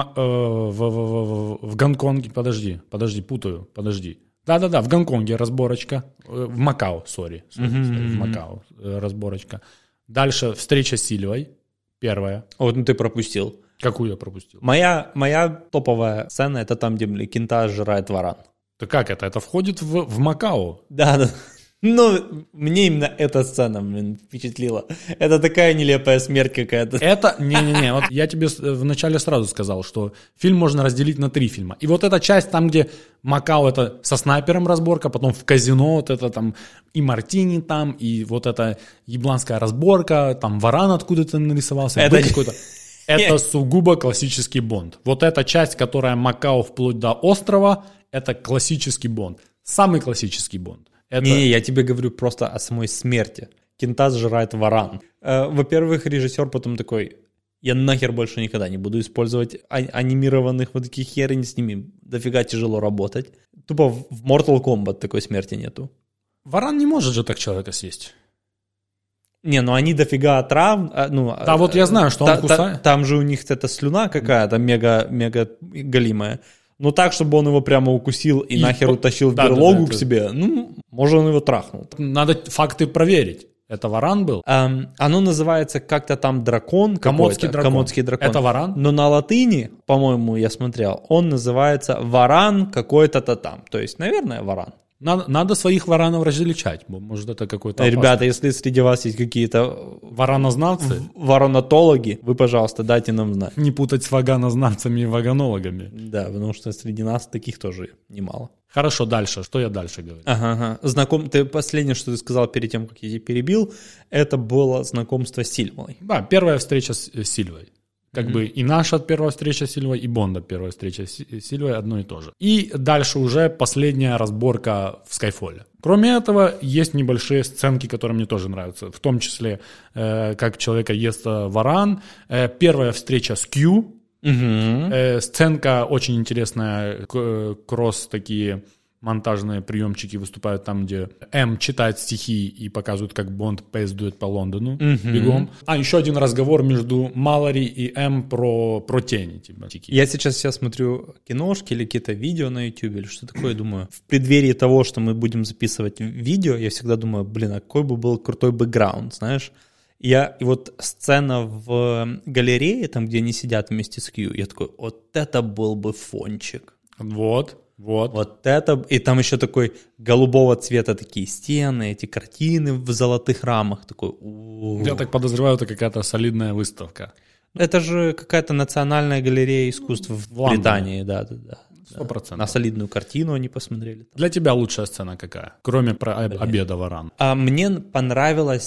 в Гонконге, подожди, путаю. Да, в Гонконге разборочка, в Макао, в Макао разборочка. Дальше встреча с Сильвой, первая. Вот, ну ты пропустил. Какую я пропустил? Моя топовая сцена, это там, где кента сжирает варан. Да как это? Это входит в Макао. Да. Ну, мне именно эта сцена, впечатлила. Это такая нелепая смерть какая-то. Это, не-не-не, вот я тебе вначале сразу сказал, что фильм можно разделить на 3 фильма. И вот эта часть там, где Макао, это со снайпером разборка, потом в казино, вот это там и мартини там, и вот эта ебланская разборка, там варан откуда-то нарисовался. Это какой-то. Это сугубо классический Бонд. Вот эта часть, которая Макао вплоть до острова, это классический Бонд. Самый классический Бонд. Не, я тебе говорю просто о самой смерти. Кента сжирает варан. Во-первых, режиссер потом такой, я нахер больше никогда не буду использовать анимированных вот таких херень, с ними дофига тяжело работать. Тупо в Mortal Kombat такой смерти нету. Варан не может же так человека съесть. Не, ну они дофига травм. Да, вот я знаю, что он кусает. Там же у них это слюна какая-то мега голимая. Ну так, чтобы он его прямо укусил и нахер утащил в берлогу к себе. Ну, может, он его трахнул. Надо факты проверить. Это варан был? Оно называется как-то там дракон. Комодский дракон. Комодский дракон. Это варан? Но на латыни, по-моему, я смотрел, он называется варан какой-то там. То есть, наверное, варан. Надо своих варанов различать. Может, это какой-то опасный. Ребята, если среди вас есть какие-то варанознавцы, варанатологи, вы, пожалуйста, дайте нам знать. Не путать с ваганознавцами и ваганологами. Да, потому что среди нас таких тоже немало. Хорошо, дальше. Что я дальше говорю? Ага. Ты последнее, что ты сказал перед тем, как я тебя перебил, это было знакомство с Сильвой. Да, первая встреча с Сильвой. Как бы и наша первая встреча с Сильвой, и Бонда первая встреча с Сильвой одно и то же. И дальше уже последняя разборка в Скайфолле. Кроме этого, есть небольшие сценки, которые мне тоже нравятся. В том числе, как человека ест варан. Первая встреча с Кью. Сценка очень интересная. Кросс такие... монтажные приемчики выступают там, где М читает стихи и показывают, как Бонд пиздует по Лондону бегом. Еще один разговор между Маллори и М про тени. Типа. Я сейчас смотрю киношки или какие-то видео на YouTube или что такое, думаю, в преддверии того, что мы будем записывать видео, я всегда думаю, блин, а какой бы был крутой бэкграунд, знаешь? И вот сцена в галерее, там, где они сидят вместе с Кью, я такой, вот это был бы фончик. Вот это, и там еще такой голубого цвета такие стены, эти картины в золотых рамах, такой. Я так подозреваю, это какая-то солидная выставка. Это же какая-то национальная галерея искусств в Британии, да. 100%. На солидную картину они посмотрели. Для тебя лучшая сцена какая? Кроме обеда варан. Мне понравилась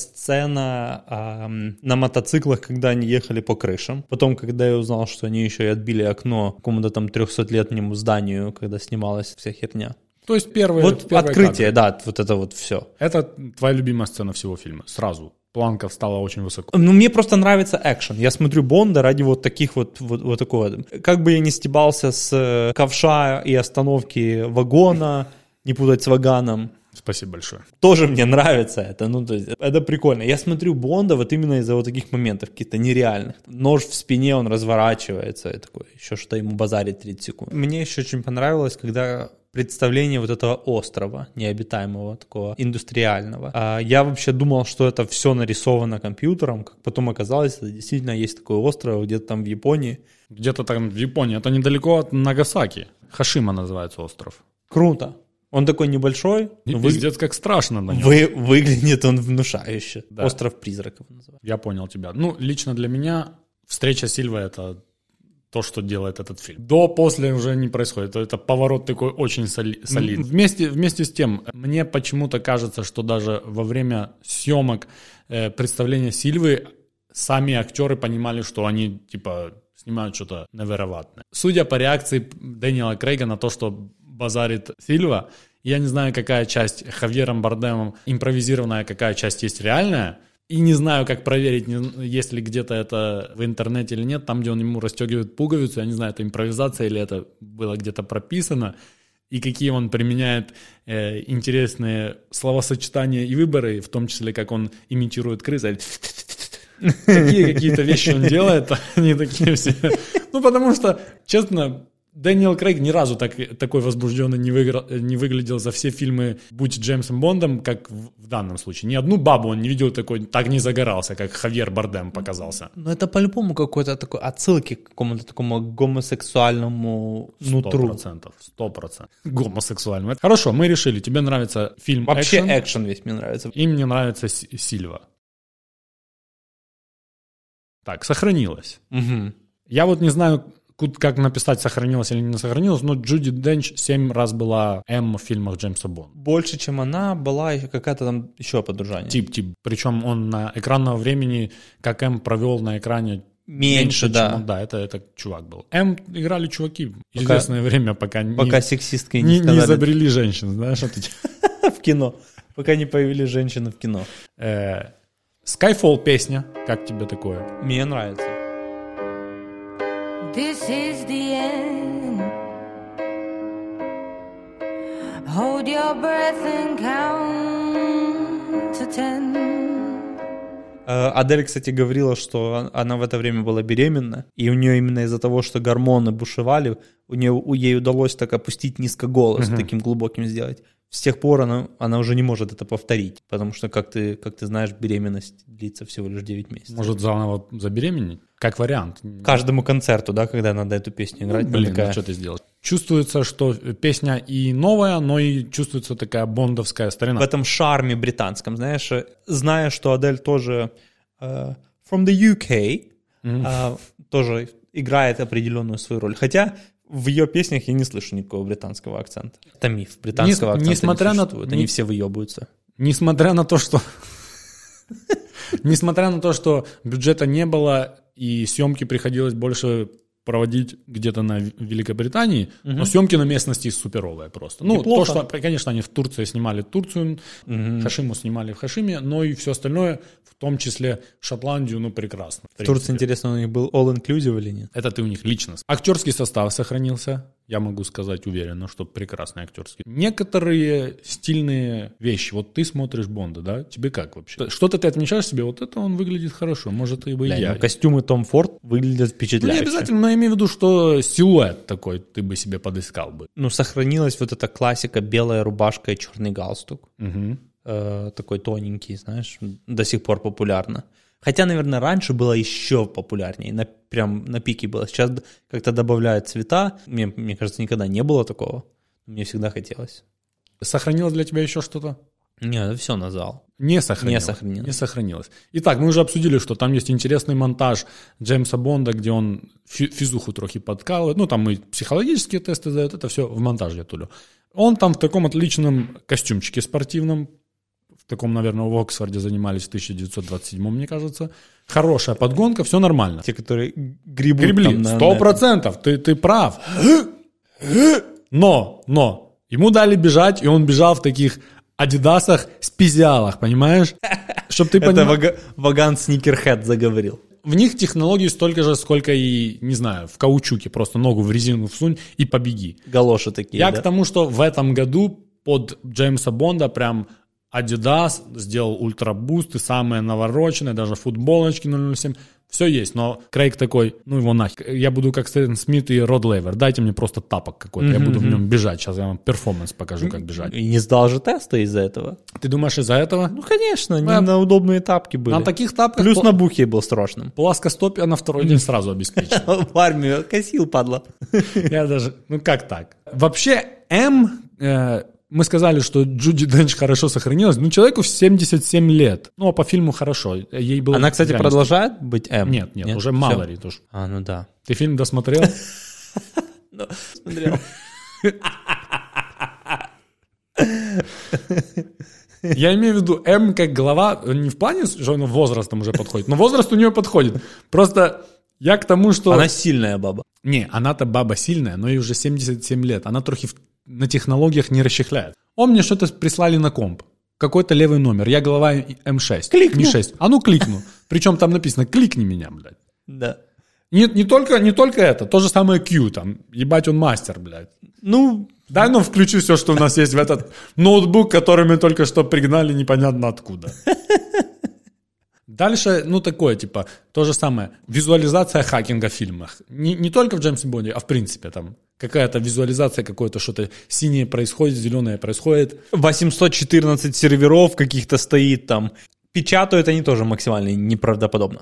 сцена на мотоциклах, когда они ехали по крышам. Потом, когда я узнал, что они еще и отбили окно какому-то там 300-летнему зданию, когда снималась вся херня. То есть первое открытие, кадры. Да, вот это вот все. Это твоя любимая сцена всего фильма? Сразу. Планка встала очень высоко. Ну, мне просто нравится экшен. Я смотрю Бонда ради вот таких вот такого. Как бы я ни стебался с ковша и остановки вагона, не путать с ваганом. Спасибо большое. Тоже мне нравится это. Ну, то есть, это прикольно. Я смотрю Бонда вот именно из-за вот таких моментов, каких-то нереальных. Нож в спине, он разворачивается, и такой, еще что ему базарит 30 секунд. Мне еще очень понравилось, когда представление вот этого острова необитаемого, такого индустриального. Я вообще думал, что это все нарисовано компьютером, как потом оказалось, это действительно есть такой остров где-то там в Японии. Где-то там в Японии. Это недалеко от Нагасаки. Хашима называется остров. Круто. Он такой небольшой. Пиздец, как страшно на нем. Выглядит он внушающе. Да. Остров призраков называется. Я понял тебя. Ну, лично для меня встреча Сильвы — это то, что делает этот фильм. После уже не происходит. Это поворот такой очень солидный. Вместе с тем, мне почему-то кажется, что даже во время съемок представления Сильвы сами актеры понимали, что они, типа, снимают что-то невероятное. Судя по реакции Дэниела Крейга на то, что базарит Сильва, я не знаю, какая часть Хавьером Бардемом импровизированная, какая часть есть реальная. И не знаю, как проверить, есть ли где-то это в интернете или нет, там, где он ему расстегивает пуговицу, я не знаю, это импровизация или это было где-то прописано, и какие он применяет интересные словосочетания и выборы, в том числе, как он имитирует крыс. Такие какие-то вещи он делает, они такие все. Ну, потому что, честно, Дэниел Крейг ни разу такой возбужденный не выглядел за все фильмы, будь Джеймсом Бондом, как в данном случае. Ни одну бабу он не видел такой, так не загорался, как Хавьер Бардем показался. Но это по-любому какой-то такой отсылки к какому-то такому гомосексуальному нутру. 100%. Гомосексуальному. Хорошо, мы решили, тебе нравится фильм вообще экшен. Вообще экшен весь мне нравится. И мне нравится Сильва. Так, сохранилось. Угу. Я вот не знаю, как написать, сохранилось или не сохранилось, но Джуди Денч 7 раз была М в фильмах Джеймса Бонда. Больше, чем она, была какая-то там еще подружание. Тип. Причем он на экранного времени, как М провел на экране меньше, да. Чем он, да, это чувак был. М играли чуваки известное время, пока сексисткой не изобрели женщин, знаешь, в кино. Пока не появились женщины в кино. Skyfall песня, как тебе такое? Мне нравится. This is the end. Hold your breath and count to 10. Адель, кстати, говорила, что она в это время была беременна, и у нее именно из-за того, что гормоны бушевали, ей удалось так опустить низко голос, таким глубоким сделать. С тех пор она уже не может это повторить, потому что, как ты знаешь, беременность длится всего лишь 9 месяцев. Может, заново забеременеть? Как вариант. Каждому концерту, да, когда надо эту песню играть. Блин, ну что ты сделал? Чувствуется, что песня и новая, но и чувствуется такая бондовская старина. В этом шарме британском, знаешь, зная, что Адель тоже from the UK, тоже играет определенную свою роль. Хотя в ее песнях я не слышу никакого британского акцента. Это миф. Британского акцента несмотря не существует. Они все выебываются. Несмотря на то, что бюджета не было, и съемки приходилось больше проводить где-то на Великобритании, но съемки на местности суперовые просто. Ну, неплохо. то, что, конечно, они в Турции снимали Турцию, Хашиму снимали в Хашиме, но и все остальное, в том числе Шотландию, ну, прекрасно. В Турции, интересно, у них был all-inclusive или нет? Это ты у них лично. Актерский состав сохранился. Я могу сказать уверенно, что прекрасный актерский. Некоторые стильные вещи. Вот ты смотришь Бонда, да? Тебе как вообще? Что-то ты отмечаешь себе, вот это он выглядит хорошо. Может, и бы я. Костюмы Том Форд выглядят Ну, впечатляюще. не обязательно, но я имею в виду, что силуэт такой ты бы себе подыскал бы. Ну, сохранилась вот эта классика, белая рубашка и черный галстук. Угу. Такой тоненький, знаешь, до сих пор популярно. Хотя, наверное, раньше было еще популярнее, прям на пике было. Сейчас как-то добавляют цвета. Мне кажется, никогда не было такого. Мне всегда хотелось. Сохранилось для тебя еще что-то? Не, все назвал. Не сохранилось. Не сохранилось. Итак, мы уже обсудили, что там есть интересный монтаж Джеймса Бонда, где он физуху трохи подкалывает. Ну, там и психологические тесты дает. Это все в монтаж я тулю. Он там в таком отличном костюмчике спортивном. В таком, наверное, в Оксфорде занимались в 1927, мне кажется. Хорошая подгонка, все нормально. Те, которые гребут Гребли, там на... 100%, ты прав. Но, ему дали бежать, и он бежал в таких адидасах, спизиалах, понимаешь? Чтоб ты понимал. Это Ваган Сникерхед заговорил. В них технологий столько же, сколько и, не знаю, в каучуке. Просто ногу в резину всунь и побеги. Галоши такие, Я да? к тому, что в этом году под Джеймса Бонда прям Adidas сделал ультрабусты, самые навороченные, даже футболочки 007. Все есть, но Крейг такой, ну его нахер. Я буду как Стэн Смит и Род Лейвер. Дайте мне просто тапок какой-то, я буду в нем бежать. Сейчас я вам перформанс покажу, как бежать. И не сдал же тесты из-за этого. Ты думаешь, из-за этого? Ну, конечно, не на удобные тапки были. На таких тапках Плюс на бухе был страшным. плоскостопие на второй день сразу обеспечил. В армию косил, падла. Я даже, ну как так? Вообще, мы сказали, что Джуди Денч хорошо сохранилась, но человеку в 77 лет. Ну, а по фильму хорошо. Ей было Она, кстати, реально продолжает быть М? Нет, уже Маллори. А, ну да. Ты фильм досмотрел? Смотрел. Я имею в виду М как глава, не в плане, что она возрастом уже подходит, но возраст у нее подходит. Просто я к тому, что... Она сильная баба. Не, она-то баба сильная, но ей уже 77 лет. Она трохи на технологиях не расчехляет. Мне что-то прислали на комп. Какой-то левый номер. Я глава М6. Кликну. Не 6. А ну кликну. Причем там написано «кликни меня», блядь. Да. Не только это. То же самое Q там. Ебать, он мастер, блядь. Ну, Дай нам включи все, что у нас есть в этот ноутбук, который мы только что пригнали непонятно откуда. Дальше, ну, такое, типа, то же самое. Визуализация хакинга в фильмах. Не только в Джеймсе Бонде, а в принципе там. Какая-то визуализация, какое-то что-то синее происходит, зеленое происходит. 814 серверов каких-то стоит там. Печатают они тоже максимально неправдоподобно.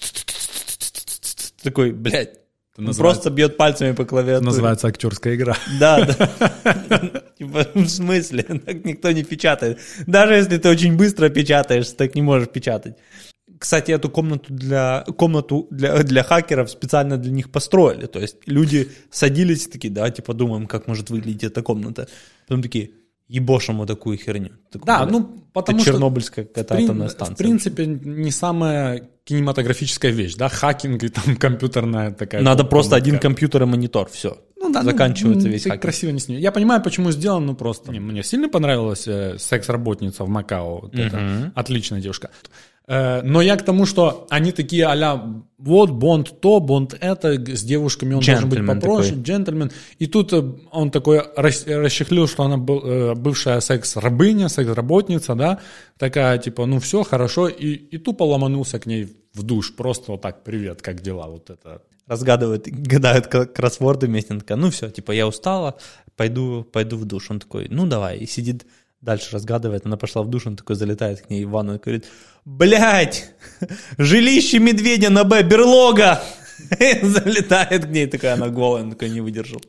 Такой, блядь, просто бьет пальцами по клавиатуре. Называется актерская игра. Да. Типа, в смысле? Так никто не печатает. Даже если ты очень быстро печатаешь, так не можешь печатать. Кстати, эту комнату для хакеров специально для них построили. То есть люди садились и такие, давайте подумаем, как может выглядеть эта комната. Потом такие, ебошим вот такую херню. Да, ну, потому что... Чернобыльская какая-то атомная станция. В принципе, не самая кинематографическая вещь, да, хакинг и там компьютерная такая... Надо просто комнатка. один компьютер и монитор, все. Ну да, заканчивается весь ты хакинг. красиво не снимешь. Я понимаю, почему сделано, ну просто. Мне сильно понравилась секс-работница в Макао. Вот это. Отличная девушка. Но я к тому, что они такие а-ля, вот Бонд то, Бонд это, с девушками он должен быть попроще, такой. Джентльмен. И тут он такой расчехлил, что она бывшая секс-рабыня, секс-работница, да, такая типа, ну все, хорошо, и тупо ломанулся к ней в душ, просто вот так, привет, как дела, вот это. Гадают кроссворды вместе, она такая, ну все, типа я устала, пойду в душ. Он такой, ну давай, и сидит дальше разгадывает, она пошла в душ, он такой залетает к ней в ванну и говорит, блядь, жилище медведя на Б, берлога! Залетает к ней, такая она голая, он такой не выдержал.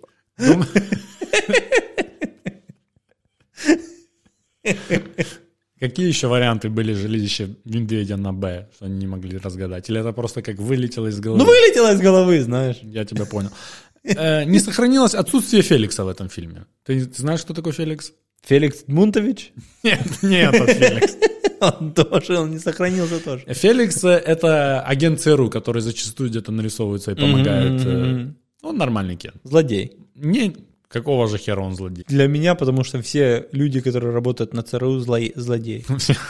Какие еще варианты были жилища медведя на Б, что они не могли разгадать? Или это просто как вылетело из головы? Ну, вылетело из головы, знаешь. Я тебя понял. Не сохранилось отсутствие Феликса в этом фильме. Ты знаешь, что такое Феликс? Феликс Эдмундович? Нет, не этот Феликс. Он не сохранился тоже. Феликс — это агент ЦРУ, который зачастую где-то нарисовывается и помогает. Он нормальный Кен. Злодей. Не, какого же хера он злодей? Для меня, потому что все люди, которые работают на ЦРУ, злодеи.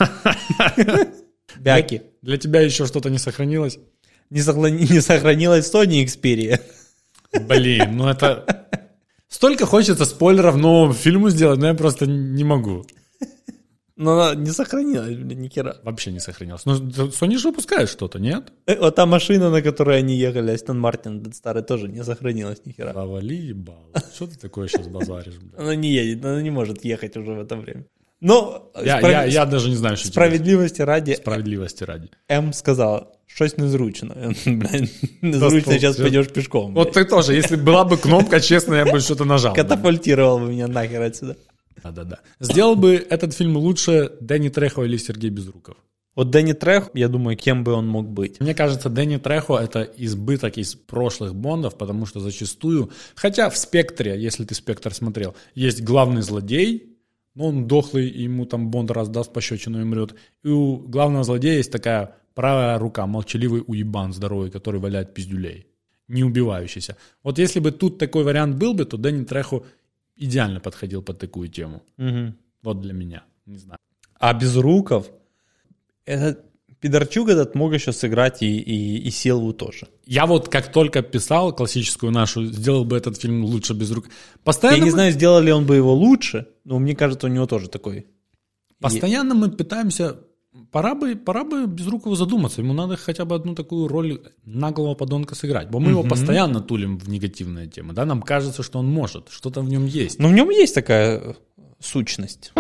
Бяки. Для тебя еще что-то не сохранилось? Не сохранилась Sony Xperia. Блин, ну это... Столько хочется спойлеров новому фильму сделать, но я просто не могу. Но она не сохранилась, блин, ни хера. Вообще не сохранилось. Ну, Sony же выпускает что-то, нет? Вот та машина, на которой они ехали, Астон Мартин старый, тоже не сохранилась ни хера. Завали ебало. Что ты такое сейчас базаришь, блядь? Она не едет, она не может ехать уже в это время. Но Я даже не знаю, что справедливости ради. Справедливости ради. М сказал, щось незручно. Блин, незручно, сейчас пойдешь пешком. Вот ты тоже, если была бы кнопка, честно, я бы что-то нажал. Катапультировал бы меня нахер отсюда. Да. Сделал бы этот фильм лучше Дэнни Трехо или Сергей Безруков? Вот Дэнни Трехо, я думаю, кем бы он мог быть. Мне кажется, Дэнни Трехо — это избыток из прошлых Бондов, потому что зачастую, хотя в «Спектре», если ты «Спектр» смотрел, есть главный злодей, но он дохлый, и ему там Бонд раз даст пощечину и умрет. И у главного злодея есть такая правая рука, молчаливый уебан здоровый, который валяет пиздюлей, не убивающийся. Вот если бы тут такой вариант был бы, то Дэнни Трехо идеально подходил под такую тему. Угу. Вот для меня, не знаю. А Безруков, этот Пидорчук этот мог еще сыграть и Силву тоже. Я вот как только писал классическую нашу, сделал бы этот фильм лучше Безрукова. Постоянно я не знаю, сделал ли он бы его лучше, но мне кажется, у него тоже такой. Постоянно мы пытаемся... Пора бы Безрукову задуматься. Ему надо хотя бы одну такую роль наглого подонка сыграть. Бо мы его постоянно тулим в негативные темы. Да? Нам кажется, что он может, что-то в нем есть. Но в нем есть такая сущность.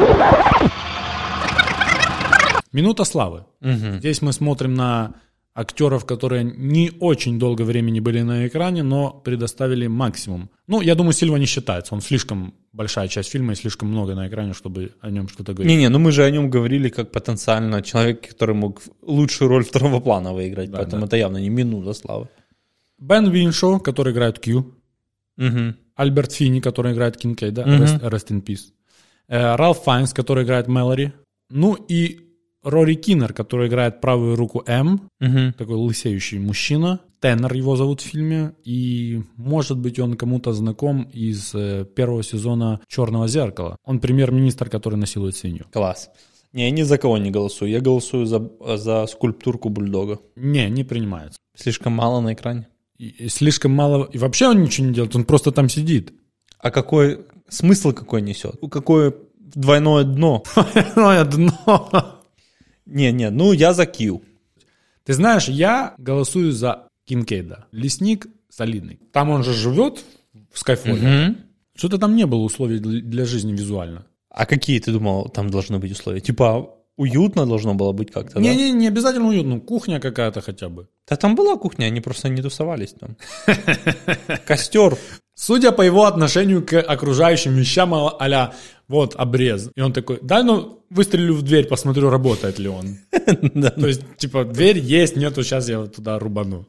«Минута славы». Здесь мы смотрим на актеров, которые не очень долго времени были на экране, но предоставили максимум. Ну, я думаю, Сильва не считается. Он слишком большая часть фильма и слишком много на экране, чтобы о нем что-то говорить. Не-не, ну мы же о нем говорили как потенциально человек, который мог лучшую роль второго плана выиграть. Да, поэтому это явно не минута славы. Бен Виншоу, который играет Кью. Альберт Финни, который играет Кинкейда. Rest in Peace. Ральф Файнс, который играет Мэлори. Ну и Рори Киннер, который играет правую руку М, такой лысеющий мужчина. Теннер его зовут в фильме, и, может быть, он кому-то знаком из первого сезона «Черного зеркала». Он премьер-министр, который насилует свинью. Класс. Не, я ни за кого не голосую. Я голосую за скульптурку бульдога. Не принимается. Слишком мало на экране? И слишком мало. И вообще он ничего не делает, он просто там сидит. А какой смысл какой несет? Какое двойное дно? Двойное дно. Не, ну я за Кью. Ты знаешь, я голосую за Кинкейда. Лесник солидный. Там он же живет в Скайфоле. Что-то там не было условий для жизни визуально. А какие, ты думал, там должны быть условия? Типа уютно должно было быть как-то, да? Не обязательно уютно. Кухня какая-то хотя бы. Да там была кухня, они просто не тусовались там. Костер. Судя по его отношению к окружающим вещам, а-ля вот обрез. И он такой, дай выстрелю в дверь, посмотрю, работает ли он. То есть, типа, дверь есть, нету, сейчас я туда рубану.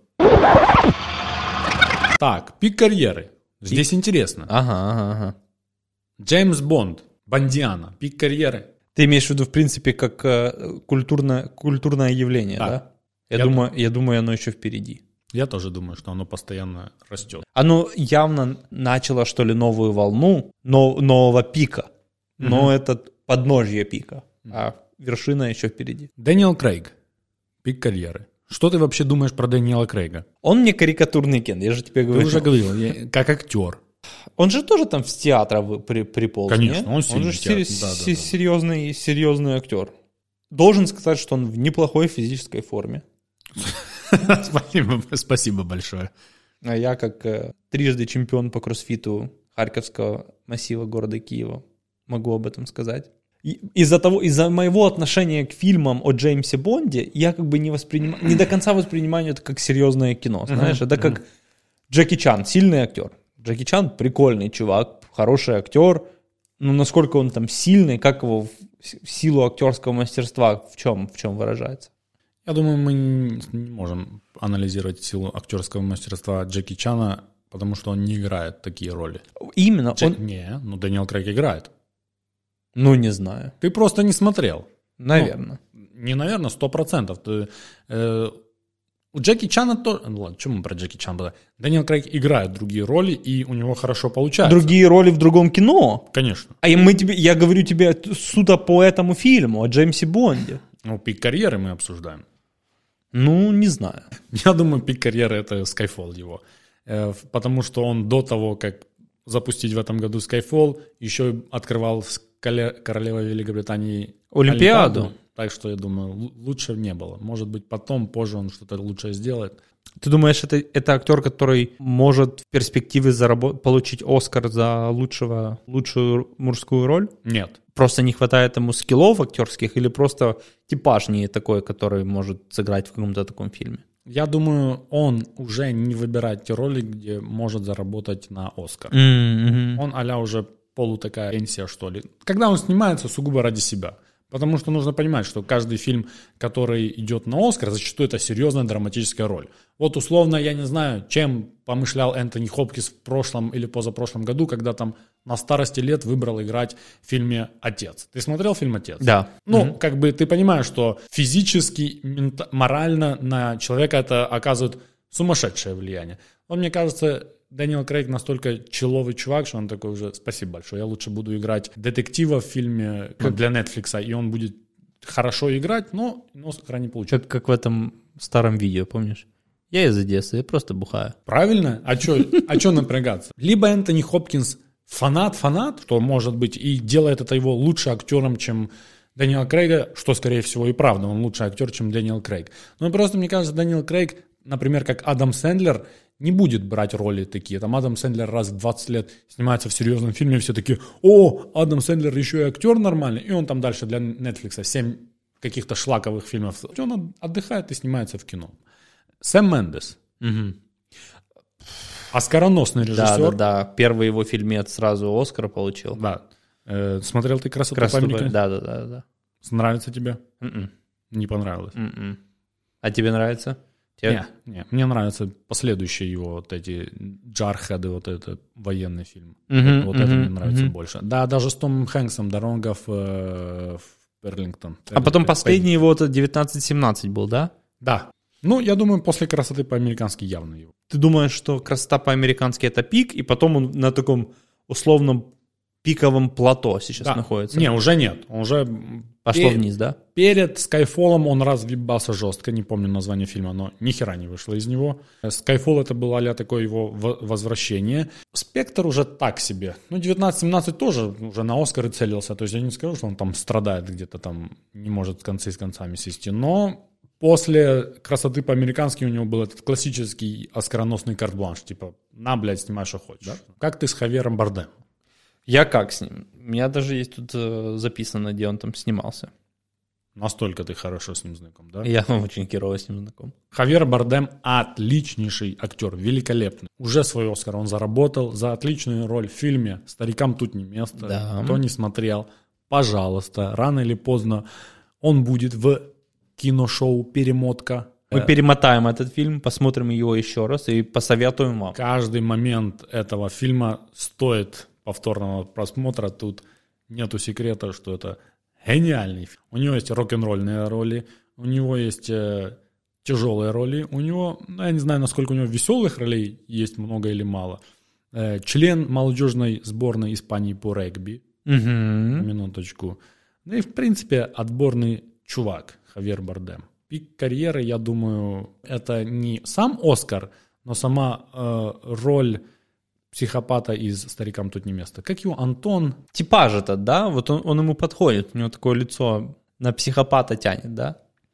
Так, пик карьеры. Здесь интересно. Ага. Джеймс Бонд, Бондиана, пик карьеры. Ты имеешь в виду, в принципе, как культурное явление, да? Я думаю, оно еще впереди. Я тоже думаю, что оно постоянно растет. Оно явно начало, что ли, новую волну, нового пика. Но это подножье пика, а вершина еще впереди. Дэниел Крейг, пик карьеры. Что ты вообще думаешь про Дэниела Крейга? Он мне карикатурный Кен, я же тебе говорю. Ты уже говорил, как актер. Он же тоже там с театра приполз, конечно, нет? Он же серьезный актер. Должен сказать, что он в неплохой физической форме. Спасибо большое. А я, как трижды чемпион по кроссфиту Харьковского массива города Киева, могу об этом сказать. Из-за моего отношения к фильмам о Джеймсе Бонде я как бы не до конца воспринимаю это как серьезное кино, знаешь, это как Джеки Чан, сильный актер. Джеки Чан прикольный чувак, хороший актер, но насколько он там сильный, как его силу актерского мастерства в чем выражается? Я думаю, мы не можем анализировать силу актерского мастерства Джеки Чана, потому что он не играет такие роли. Именно. Дэниел Крейг играет. Ну, не знаю. Ты просто не смотрел. Наверное. Не, наверное, 100%. У Джеки Чана тоже... Ну ладно, чему мы про Джеки Чан было? Дэниел Крейг играет другие роли, и у него хорошо получается. Другие роли в другом кино? Конечно. Я говорю тебе суто по этому фильму, о Джеймсе Бонде. Ну, пик карьеры мы обсуждаем. Ну, не знаю. Я думаю, пик карьеры — это Skyfall его. Потому что он до того, как запустить в этом году Skyfall, еще открывал с королевой Великобритании Олимпиаду. Так что, я думаю, лучше не было. Может быть, потом, позже он что-то лучшее сделает. Ты думаешь, это актер, который может в перспективе получить Оскар за лучшую мужскую роль? Нет. Просто не хватает ему скиллов актерских или просто типаж не такой, который может сыграть в каком-то таком фильме? Я думаю, он уже не выбирает те роли, где может заработать на Оскар. Он а-ля уже полутакая пенсия, что ли. Когда он снимается, сугубо ради себя. Потому что нужно понимать, что каждый фильм, который идет на Оскар, зачастую это серьезная драматическая роль. Вот условно, я не знаю, чем помышлял Энтони Хопкинс в прошлом или позапрошлом году, когда там на старости лет выбрал играть в фильме «Отец». Ты смотрел фильм «Отец»? Да. Ну, как бы ты понимаешь, что физически, морально на человека это оказывает сумасшедшее влияние. Но мне кажется, Дэниел Крейг настолько человый чувак, что он такой уже: спасибо большое, я лучше буду играть детектива в фильме для Netflix, и он будет хорошо играть, но Оскара не получит. Как в этом старом видео, помнишь? Я из Одессы, я просто бухаю. Правильно? А чё напрягаться? Либо Энтони Хопкинс фанат, что может быть, и делает это его лучше актером, чем Дэниел Крейга, что, скорее всего, и правда, он лучший актер, чем Дэниел Крейг. Но просто, мне кажется, Дэниел Крейг, например, как Адам Сэндлер, не будет брать роли такие. Там Адам Сэндлер раз в 20 лет снимается в серьезном фильме, все такие: о, Адам Сэндлер еще и актер нормальный, и он там дальше для Netflix 7 каких-то шлаковых фильмов. Он отдыхает и снимается в кино. Сэм Мендес. Оскароносный режиссер. Да. Первый его фильмец сразу Оскар получил. Да. Смотрел ты «Красоту по американски»? Да. Нравится тебе? Не понравилось. А тебе нравится? Не, мне нравятся последующие его вот эти «Джархеды», вот этот военный фильм. Вот это мне нравится больше. Да, даже с Томом Хэнксом «Дорога в Берлингтон». А потом последний его 1917 был, да? Да. Ну, я думаю, после «Красоты по-американски» явно его. Ты думаешь, что «Красота по-американски» — это пик, и потом он на таком условном пиковом плато сейчас находится? Не, уже нет. Он уже пошло вниз, да? Перед «Скайфолом» он развивался жестко, не помню название фильма, но ни хера не вышло из него. «Скайфол» — это было а-ля такое его возвращение. «Спектр» уже так себе. Ну, 1917 тоже уже на «Оскары» целился, то есть я не скажу, что он там страдает где-то там, не может концы с концами свести, но после «Красоты по-американски» у него был этот классический оскароносный карт-бланш, типа: на, блядь, снимай, что хочешь. Да? Как ты с Хавьером Бардемом? Я как с ним? У меня даже есть тут записано, где он там снимался. Настолько ты хорошо с ним знаком, да? Я очень херово с ним знаком. Хавьер Бардем отличнейший актер, великолепный. Уже свой Оскар он заработал за отличную роль в фильме «Старикам тут не место». Да. Кто не смотрел, пожалуйста, рано или поздно он будет в киношоу «Перемотка». Мы перемотаем этот фильм, посмотрим его еще раз и посоветуем вам. Каждый момент этого фильма стоит повторного просмотра. Тут нету секрета, что это гениальный фильм. У него есть рок-н-ролльные роли, у него есть тяжелые роли, у него, я не знаю, насколько у него веселых ролей есть, много или мало. Член молодежной сборной Испании по регби. Минуточку. Ну и, в принципе, отборный чувак Хавьер Бардем. Пик карьеры, я думаю, это не сам Оскар, но сама роль психопата из «Старикам тут не место». Как его? Антон? Типаж этот, да? Вот он ему подходит. У него такое лицо на психопата тянет, да?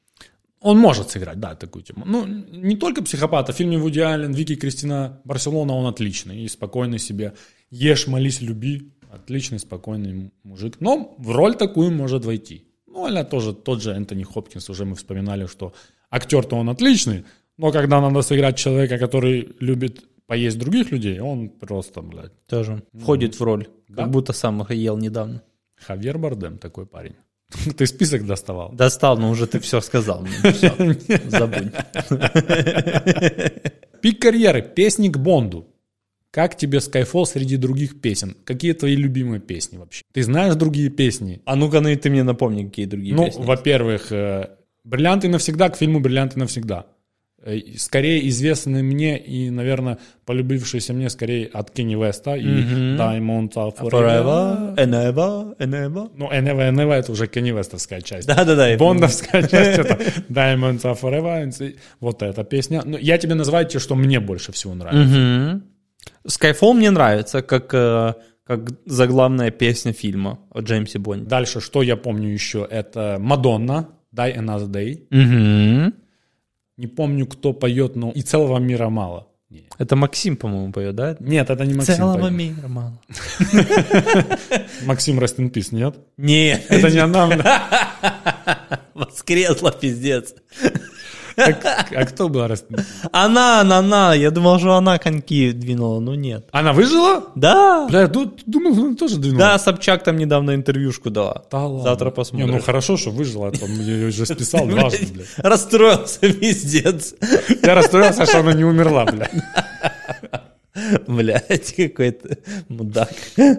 Он может сыграть, да, такую тему. Ну, не только психопата. В фильме Вуди Аллен, Вики Кристина Барселона он отличный и спокойный себе. Ешь, молись, люби. Отличный, спокойный мужик. Но в роль такую может войти. Ну, а тоже тот же Энтони Хопкинс. Уже мы вспоминали, что актер-то он отличный, но когда надо сыграть человека, который любит поесть других людей, он просто, блядь. Тоже входит в роль, да? Как будто сам ел недавно. Хавьер Бардем такой парень. Ты список доставал? Достал, но уже ты все сказал мне. Все, забудь. Пик карьеры. Песни к Бонду. Как тебе Skyfall среди других песен? Какие твои любимые песни вообще? Ты знаешь другие песни? А ну-ка, ну и ты мне напомни, какие другие Ну, песни. во-первых, «Бриллианты навсегда» к фильму «Бриллианты навсегда». Скорее известный мне и, наверное, полюбившийся мне скорее от Кенни Веста и Diamonds Are Forever. Forever. Ну, Eneva это уже Кенни Вестовская часть. Да-да-да. я Бондовская часть это Diamonds Are Forever. Вот эта песня. Ну, я тебе называю те, что мне больше всего нравится. помню. Skyfall мне нравится, как заглавная песня фильма о Джеймсе Бонде. Дальше, что я помню еще, это Мадонна, Die Another Day. Мгм. Не помню, кто поет, но и целого мира мало. Это Максим, по-моему, поет, да? Нет, это не Максим. Целого поет. мира мало. Максим Rest in Peace, нет? Нет, Это не она. воскресла, пиздец. А кто был Rest in Peace? Она, я думал, что она коньки двинула, но нет. Она выжила? Да, Бля, я думал, она тоже двинула. да, Собчак там недавно интервьюшку дала. Да ладно. Завтра Не, посмотрим. ну хорошо, что выжила, а то я ее уже списал дважды, блядь. Расстроился, пиздец. Я расстроился, что она не умерла, блядь. Блядь, какой-то мудак.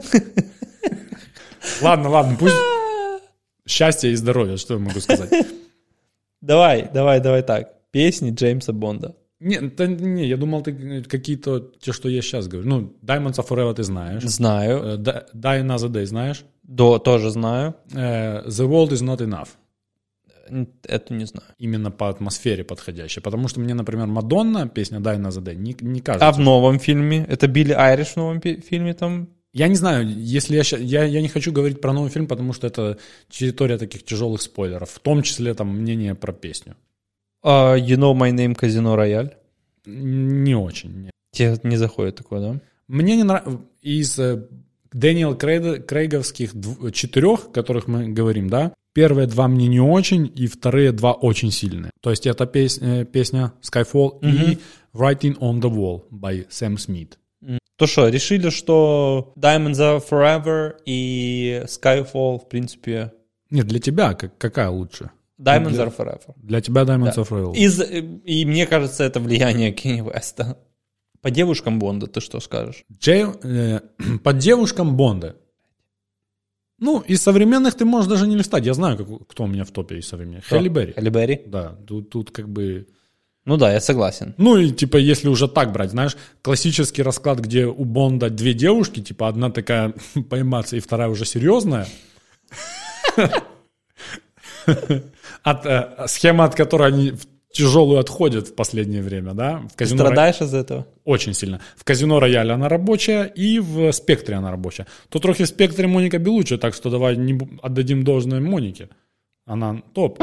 Ладно, пусть счастья и здоровья, что я могу сказать. Давай так. Песни Джеймса Бонда. Не, я думал, ты какие-то, те, что я сейчас говорю. Ну, Diamonds Are Forever ты знаешь. Знаю. Die Another Day знаешь. Тоже знаю. The World Is Not Enough. Эту не знаю. Именно по атмосфере подходящая. Потому что мне, например, Мадонна, песня Die Another Day, не кажется. А в новом фильме? Это Билли Айриш в новом фильме там? Я не знаю, если я не хочу говорить про новый фильм, потому что это территория таких тяжелых спойлеров, в том числе там мнение про песню. You Know My Name Казино Рояль? Не очень. Нет. Тебе не заходит такое, да? Мне не нравится из Дэниел Крейговских 4, о которых мы говорим, да, первые 2 мне не очень, и вторые 2 очень сильные. То есть это песня Skyfall и Writing on the Wall by Sam Smith. То что, решили, что Diamonds Are Forever и Skyfall, в принципе... Нет, для тебя какая лучше? Diamonds Are Forever. Для тебя Diamonds Are Forever. И мне кажется, это влияние Кенни Уэста. По девушкам Бонда ты что скажешь? По девушкам Бонда. Ну, из современных ты можешь даже не листать. Я знаю, кто у меня в топе из современных. Халли Берри. Халли Берри? Да, тут как бы... Ну да, я согласен. Ну и типа, если уже так брать, знаешь, классический расклад, где у Бонда 2 девушки, типа одна такая пойматься и вторая уже серьезная. Схема, от которой они в тяжелую отходят в последнее время, да? В казино Страдаешь из этого? Очень сильно. В казино Рояль она рабочая, и в Спектре она рабочая. Тут трохи в Спектре Моника Белуччи, так что давай отдадим должное Монике. Она топ.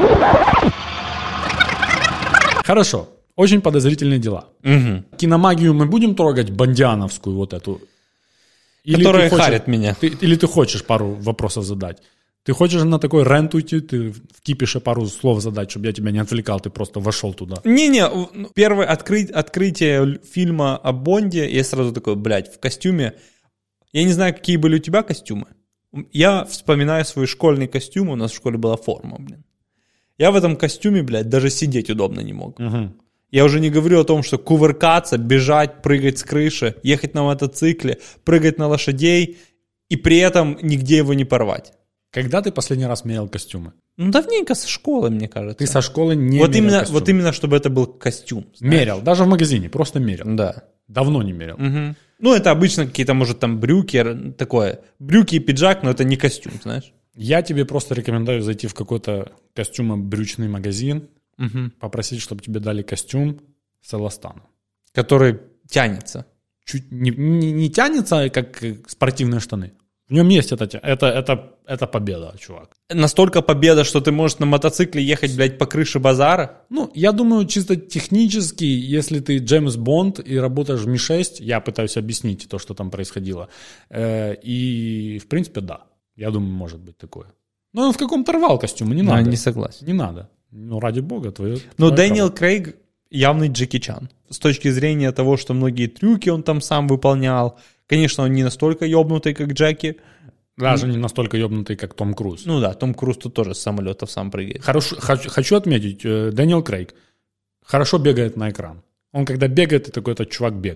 Хорошо. Очень подозрительные дела. Угу. Киномагию мы будем трогать, бондиановскую вот эту? Которая харит меня. Или ты хочешь пару вопросов задать? Ты хочешь на такой рент уйти, ты в кипише пару слов задать, чтобы я тебя не отвлекал, ты просто вошел туда? Не-не, первое открытие фильма о Бонде, я сразу такой, блядь, в костюме. Я не знаю, какие были у тебя костюмы. Я вспоминаю свой школьный костюм, у нас в школе была форма, блин. Я в этом костюме, блядь, даже сидеть удобно не мог. Угу. Я уже не говорю о том, что кувыркаться, бежать, прыгать с крыши, ехать на мотоцикле, прыгать на лошадей и при этом нигде его не порвать. Когда ты последний раз мерял костюмы? Ну, давненько со школы, мне кажется. Ты со школы не вот мерял именно, костюмы? Вот именно, чтобы это был костюм. Знаешь? Мерял, даже в магазине, просто мерял. Да. Давно не мерял. Угу. Ну, это обычно какие-то, может, там брюки, такое. Брюки и пиджак, но это не костюм, знаешь. Я тебе просто рекомендую зайти в какой-то костюмобрючный магазин, попросить, чтобы тебе дали костюм с эластаном. Который тянется. Чуть не тянется, как спортивные штаны. В нем есть это победа, чувак. Настолько победа, что ты можешь на мотоцикле ехать, блядь, по крыше базара? Ну, я думаю, чисто технически, если ты Джеймс Бонд и работаешь в Ми-6, я пытаюсь объяснить то, что там происходило. И, в принципе, да. Я думаю, может быть такое. Но он в каком-то рвал костюме, не надо. Не согласен. Не надо. Ну, ради бога, твое... Но Дэниел Крейг явный Джеки Чан. С точки зрения того, что многие трюки он там сам выполнял. Конечно, он не настолько ёбнутый, как Джеки. Даже не настолько ёбнутый, как Том Круз. Ну да, Том Круз тут тоже с самолетов сам прыгает. Хочу отметить, Дэниел Крейг хорошо бегает на экран. Он когда бегает, ты такой, этот чувак бегает.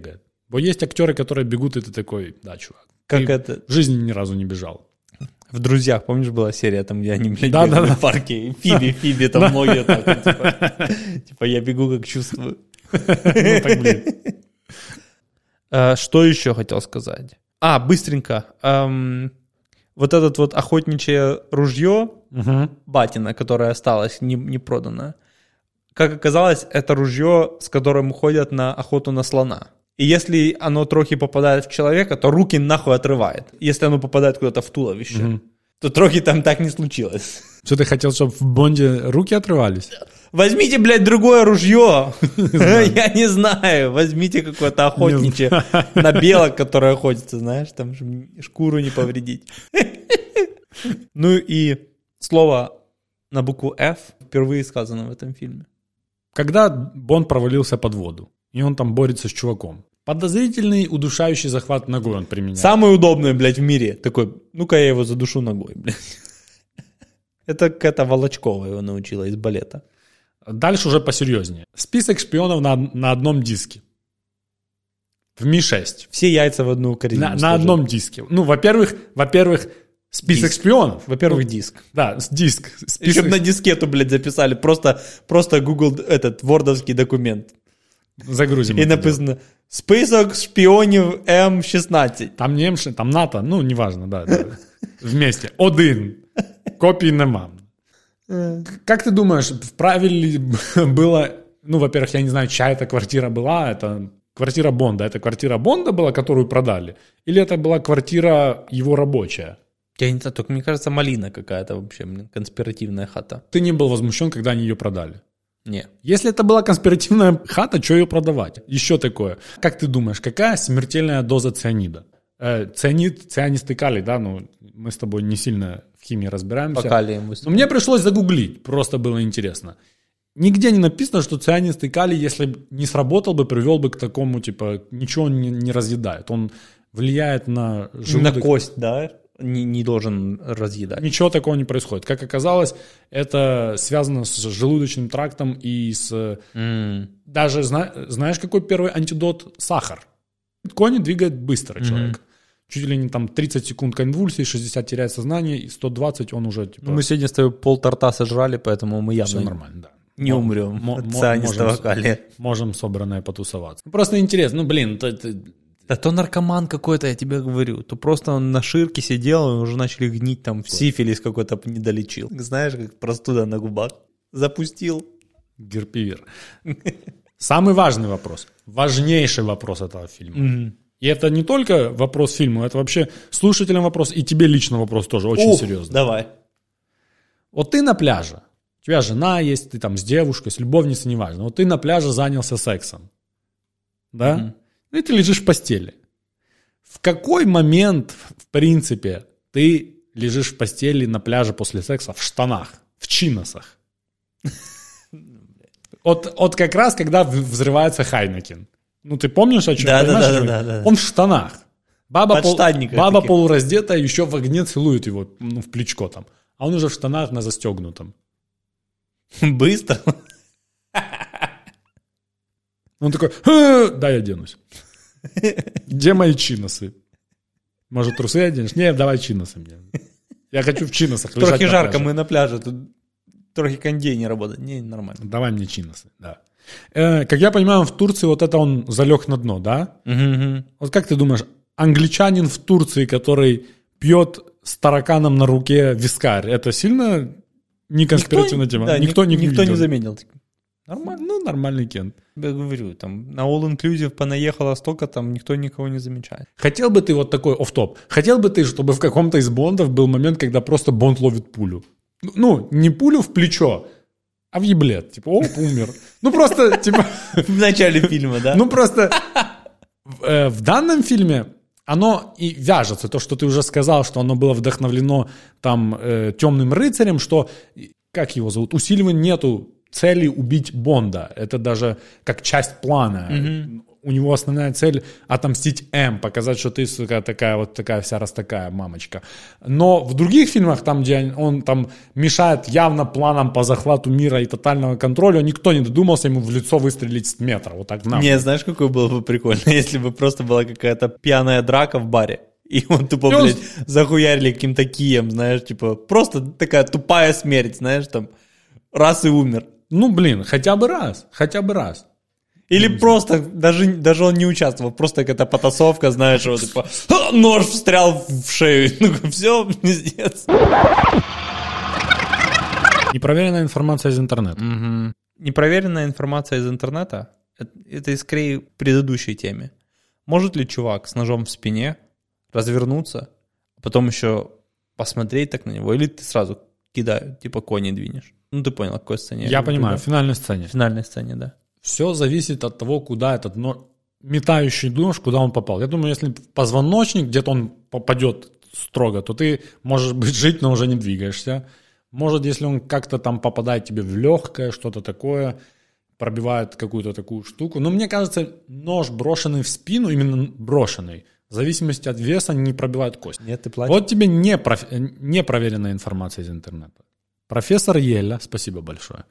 Бо есть актеры, которые бегут, и ты такой, да, чувак. Как ты это? в жизни ни разу не бежал. В «Друзьях», помнишь, была серия, там, где они, блядь, Да, бегали да, в парке, и Фиби, там ноги вот так вот, типа, я бегу, как чувствую. Ну, так, блин. Что еще хотел сказать? Быстренько. Вот это вот охотничье ружье батина, которое осталось не проданное, как оказалось, это ружье, с которым ходят на охоту на слона. И если оно трохи попадает в человека, то руки нахуй отрывает. Если оно попадает куда-то в туловище, то трохи там так не случилось. Что ты хотел, чтобы в Бонде руки отрывались? Возьмите, блядь, другое ружье. Я не знаю. Возьмите какое-то охотничье на белок, которое охотится, знаешь, там шкуру не повредить. Ну и слово на букву F впервые сказано в этом фильме. Когда Бонд провалился под воду, и он там борется с чуваком. Подозрительный, удушающий захват ногой он применяет. Самый удобный, блядь, в мире. Такой, ну-ка я его задушу ногой, блядь. Это какая-то Волочкова его научила из балета. Дальше уже посерьезнее. Список шпионов на одном диске. В Ми-6. Все яйца в одну корзину. На одном диске. Ну, во-первых, список Диск. шпионов. Во-первых, диск. Да, диск. Еще бы на дискету, блядь, записали. Просто Google этот вордовский документ. Загрузим. И это написано дело. «Список шпионів М-16». Там не М6, там НАТО, ну, неважно, да. Вместе. Один. Копий нема. Как ты думаешь, вправе ли было... Ну, во-первых, я не знаю, чья это квартира была. Это квартира Бонда. Это квартира Бонда была, которую продали? Или это была квартира его рабочая? Я не знаю, только мне кажется, малина какая-то вообще, блин, конспиративная хата. Ты не был возмущен, когда они ее продали? Не. Если это была конспиративная хата, что ее продавать? Еще такое. Как ты думаешь, какая смертельная доза цианида? Цианид, цианистый калий, да? Ну, мы с тобой не сильно в химии разбираемся. По калиям Но выступаем. мне пришлось загуглить, просто было интересно. Нигде не написано, что цианистый калий, если бы не сработал бы, привел бы к такому, типа, ничего он не разъедает. Он влияет на желудок. На кость, да? Не должен разъедать. Ничего такого не происходит. Как оказалось, это связано с желудочным трактом и с... Даже, знаешь, какой первый антидот? Сахар. Кони двигает быстро человека. Чуть ли не там 30 секунд конвульсий, 60 теряет сознание, и 120 он уже... Типа, Ну, мы сегодня с тобой полторта сожрали, поэтому мы все явно нормально, да. не умрем от цианистого калия. Можем собранное потусоваться. Просто интересно, ну, блин, Да то наркоман какой-то, я тебе говорю. То просто он на ширке сидел, и уже начали гнить там. Сифилис какой-то не долечил. Знаешь, как простуда на губах. Запустил. Герпивир. Самый важный вопрос. Важнейший вопрос этого фильма. И это не только вопрос фильма, это вообще слушателям вопрос, и тебе лично вопрос тоже очень серьезный. Давай. Вот ты на пляже, у тебя жена есть, ты там с девушкой, с любовницей, неважно. Вот ты на пляже занялся сексом. Да? И ты лежишь в постели. В какой момент, в принципе, ты лежишь в постели на пляже после секса в штанах, в чиносах? Вот как раз, когда взрывается Хайнекен. Ну, ты помнишь, о чем? Да. Он в штанах. Баба Подштанниках полураздетая, еще в огне целует его, ну, в плечко там. А он уже в штанах на застегнутом. Быстро. Он такой, да, я оденусь. Где мои чиносы? Может, трусы оденешь? Нет, давай чиносы мне. Я хочу в чиносах лежать Трохи на жарко, пляже. мы на пляже. Тут трохи кондей не работает. Не, нормально. Давай мне чиносы, да. Как я понимаю, в Турции вот это он залег на дно, да? Вот как ты думаешь, англичанин в Турции, который пьет с тараканом на руке вискарь, это сильно не конспиративная тема? Да, Никто не никто видел. не заметил. Нормально, ну, нормальный Кент. Я говорю, там на All Inclusive понаехало столько, там никто никого не замечает. Хотел бы ты вот такой офф-топ? Хотел бы ты, чтобы в каком-то из Бондов был момент, когда просто Бонд ловит пулю? Ну, не пулю в плечо, а в еблет. Типа, оп, умер. Ну, просто, типа... В начале фильма, да? Ну, просто в данном фильме оно и вяжется. То, что ты уже сказал, что оно было вдохновлено там «Темным рыцарем», что, как его зовут, у Сильвы нету цели убить Бонда. Это даже как часть плана. у него основная цель отомстить М, показать, что ты, сука, такая вся раз такая мамочка. Но в других фильмах, там, где он там мешает явно планам по захвату мира и тотального контроля, никто не додумался ему в лицо выстрелить с метра. Вот так нахуй. Не, знаешь, какое было бы прикольно, если бы просто была какая-то пьяная драка в баре, и он тупо, И он- блядь, захуярили каким-то кием, знаешь, типа, просто такая тупая смерть, знаешь, там, раз и умер. Ну, блин, хотя бы раз. Или просто, даже он не участвовал, просто какая-то потасовка, знаешь, вот типа, нож встрял в шею, ну все, пиздец. Непроверенная информация из интернета. Непроверенная информация из интернета, это скорее к предыдущей теме. Может ли чувак с ножом в спине развернуться, а потом еще посмотреть так на него, или ты сразу кидаю, типа кони двинешь? Ну, ты понял, о какой сцене. Я говорю, понимаю, да? в финальной сцене. В финальной сцене, да. Все зависит от того, куда этот метающий нож, куда он попал. Я думаю, если в позвоночник, где-то он попадет строго, то ты можешь быть жить, но уже не двигаешься. Может, если он как-то там попадает тебе в легкое, что-то такое, пробивает какую-то такую штуку. Но мне кажется, нож, брошенный в спину, именно брошенный, в зависимости от веса, не пробивает кость. Нет, ты плачешь. Вот тебе непроверенная информация из интернета. Профессор Йеля, спасибо большое.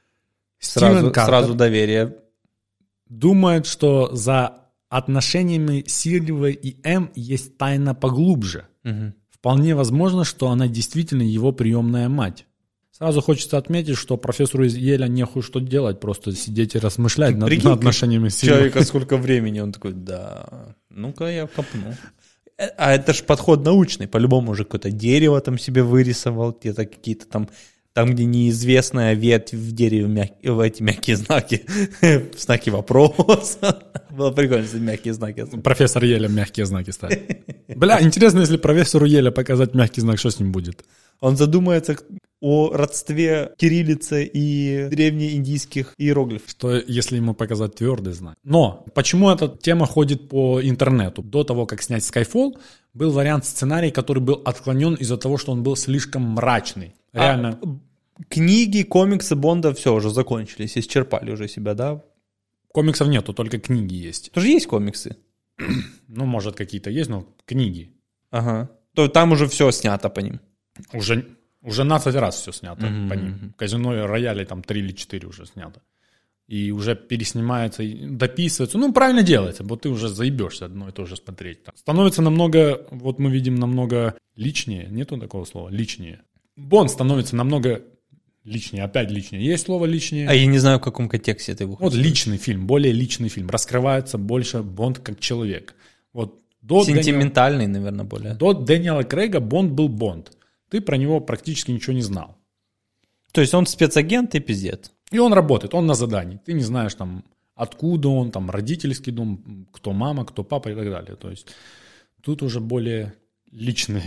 Стивен Картер Сразу доверие. думает, что за отношениями Сильвы и М есть тайна поглубже. Вполне возможно, что она действительно его приемная мать. Сразу хочется отметить, что профессору из Йеля нехуй что делать, просто сидеть и размышлять над Прикинь, отношениями Сильвы. Человека сколько времени, он такой, да, ну-ка я копну. А это ж подход научный, по-любому уже какое-то дерево там себе вырисовал, где-то какие-то там, где неизвестная ветвь в дереве, в эти мягкие знаки, знаки вопроса. Было прикольно, если мягкие знаки. Профессор Йеля мягкие знаки ставит. Бля, интересно, если профессору Йеля показать мягкий знак, что с ним будет? Он задумается о родстве кириллицы и древнеиндийских иероглифов. Что если ему показать твердый знак? Но почему эта тема ходит по интернету? До того, как снять Skyfall, был вариант сценария, который был отклонен из-за того, что он был слишком мрачный. Реально. Книги, комиксы Бонда все уже закончились, исчерпали уже себя, да? Комиксов нету, только книги есть. Тоже есть комиксы. Ну, может, какие-то есть, но книги. Ага. То там уже все снято по ним. Уже 12 раз все снято по ним. Казино и рояли там 3 или 4 уже снято. И уже переснимается, и дописывается. Ну, правильно делается, вот ты уже заебешься одно и то же смотреть. Там. Становится намного, вот мы видим, намного личнее. Нету такого слова? Личнее. Бонд становится намного личнее. Опять личнее. Есть слово личнее? А я не знаю, в каком контексте ты его Вот хочешь. личный фильм, более личный фильм. Раскрывается больше Бонд как человек. Вот до Сентиментальный, наверное, более. До Дэниела Крейга Бонд был Бонд. Ты про него практически ничего не знал. То есть он спецагент и пиздец. И он работает, он на задании. Ты не знаешь, там, откуда он, там, родительский дом, кто мама, кто папа и так далее. То есть тут уже более личный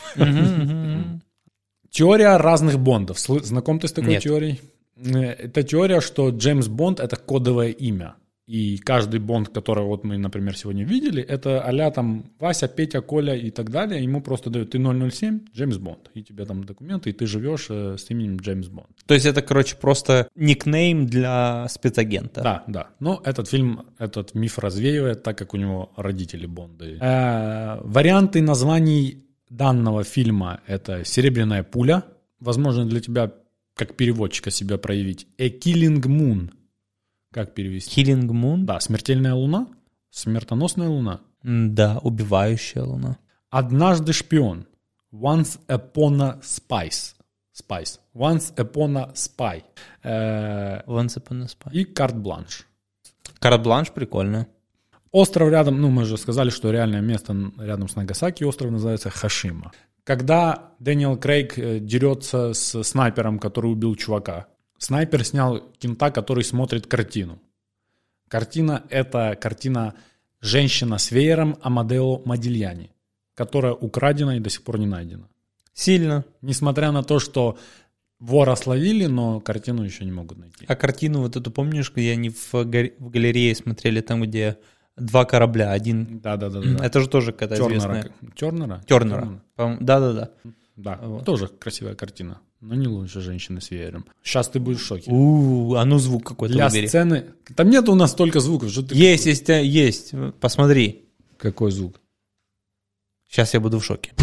фильм. Теория разных Бондов. Знаком ты с такой Нет. теорией? Это теория, что Джеймс Бонд — это кодовое имя. И каждый Бонд, который вот мы, например, сегодня видели, это а-ля там Вася, Петя, Коля и так далее. Ему просто дают: ты 007, Джеймс Бонд. И тебе там документы, и ты живешь с именем Джеймс Бонд. То есть это, короче, просто никнейм для спецагента. Да, да. Но этот фильм этот миф развеивает, так как у него родители Бонды. Варианты названий данного фильма — это «Серебряная пуля». Возможно, для тебя, как переводчика, себя проявить. «A Killing Moon». Как перевести? Killing Moon? Да, «Смертельная луна», «Смертоносная луна». Да, убивающая луна. «Однажды шпион». «Once upon a spice». Spice. «Once upon a spy». Once upon a spy. И «Карт-бланш». Карт-бланш прикольно. Остров рядом, ну мы же сказали, что реальное место рядом с Нагасаки, остров называется Хашима. Когда Дэниел Крейг дерется с снайпером, который убил чувака, снайпер снял кента, который смотрит картину. Картина — это картина «Женщина с веером» Амадео Модильяни, которая украдена и до сих пор не найдена. Сильно. Несмотря на то, что вора словили, но картину еще не могут найти. А картину вот эту помнишь, где они в галерее смотрели, там, где два корабля, один... Да. Это же тоже какая-то известная... Тернера? Тернера. Да. Да, Вот. тоже красивая картина. но не лучше женщины с веером. Сейчас ты будешь в шоке. А ну звук какой-то Для выбери. сцены... Там нет у нас столько звуков. Что ты... Есть. Посмотри. Какой звук? Сейчас я буду в шоке.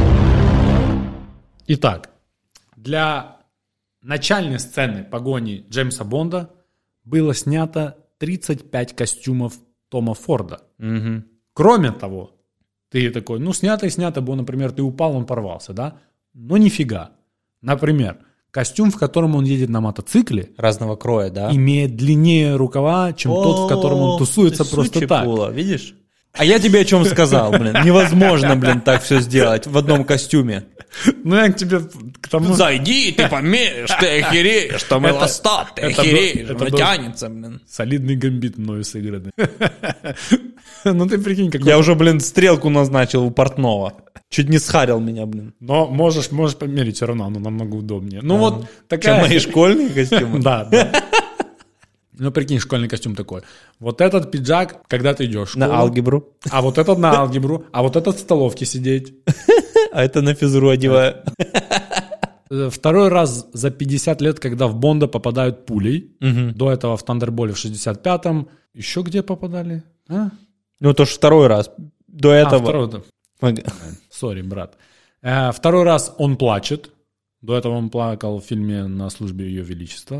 Итак, для начальной сцены погони Джеймса Бонда было снято 35 костюмов Тома Форда. Угу. Кроме того, ты такой, ну, снято и снято, было, например, ты упал, он порвался, да? Но нифига. Например, костюм, в котором он едет на мотоцикле, Разного кроя, да? имеет длиннее рукава, чем тот, в котором он тусуется ты просто сучий так. пула, видишь? А я тебе о чем сказал, блин. Невозможно, блин, так все сделать в одном костюме. Ну, я к тебе к тому... Зайди, ты померишь, ты охереешь, там эластат, ты охереешь, это он был- тянется, блин. Солидный гамбит мною сыгранный. Ну, ты прикинь, какой... Я уже, блин, стрелку назначил у портного. Чуть не схарил меня, блин. Но можешь померить все равно, оно намного удобнее. Ну, вот такая... Чем мои школьные костюмы. Да. Ну, прикинь, школьный костюм такой. Вот этот пиджак, когда ты идешь в школу. На алгебру. А вот этот на алгебру. А вот этот в столовке сидеть. А это на физру одеваю. Второй раз за 50 лет, когда в Бонда попадают пулей. До этого в Тандерболе в 65-м. Еще где попадали? А? Ну, то ж второй раз. До этого... Второй, да. Сори, брат. Второй раз он плачет. До этого он плакал в фильме «На службе Ее Величества».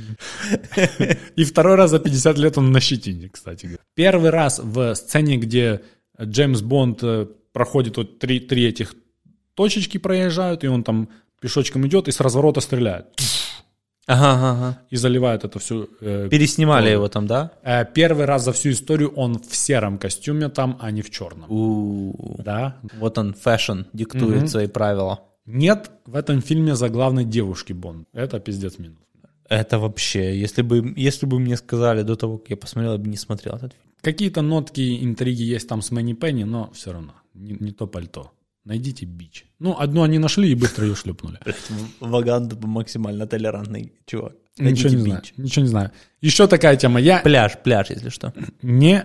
И второй раз за 50 лет он на щетине, кстати говоря. Первый раз в сцене, где Джеймс Бонд проходит, вот три этих точечки проезжают, и он там пешочком идет и с разворота стреляет. Ага. И заливает это все. Переснимали его там, да? Первый раз за всю историю он в сером костюме там, а не в черном. Да. Вот он, фэшн, диктует свои правила. Нет в этом фильме заглавной девушки Бонд. Это пиздец минус. Это вообще, если бы мне сказали до того, как я посмотрел, я бы не смотрел этот фильм. Какие-то нотки, интриги есть там с Мэнни Пенни, но все равно не то пальто. Найдите бич. Ну, одну они нашли и быстро ее шлепнули. Ваган максимально толерантный чувак. Ничего не знаю. Еще такая тема. Я Пляж, если что. не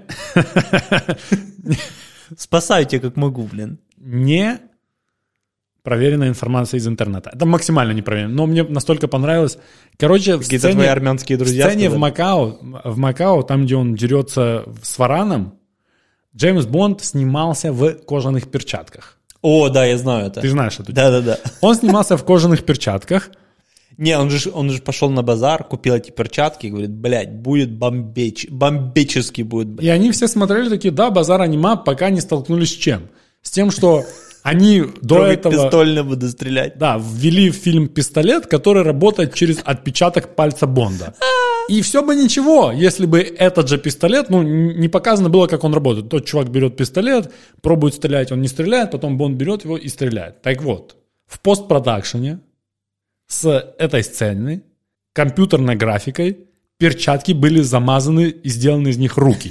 Спасайте, как могу, блин. не проверенная информация из интернета. Это максимально не проверено. Но мне настолько понравилось. Короче, Какие-то твои армянские друзья в сцене сказали. в Макао, там, где он дерется с вараном, Джеймс Бонд снимался в кожаных перчатках. О, да, я знаю это. Ты знаешь эту тему. Да. Он снимался в кожаных перчатках. Не, он же пошел на базар, купил эти перчатки и говорит, блядь, будет бомбический будет. Блядь. И они все смотрели такие, да, базар анима, пока не столкнулись с чем? С тем, что они до Трогать этого... пистольно буду стрелять. Да, ввели в фильм «Пистолет», который работает через отпечаток пальца Бонда. И все бы ничего, если бы этот же пистолет, ну, не показано было, как он работает. Тот чувак берет пистолет, пробует стрелять, он не стреляет, потом Бонд берет его и стреляет. Так вот, в постпродакшене с этой сцены компьютерной графикой перчатки были замазаны и сделаны из них руки.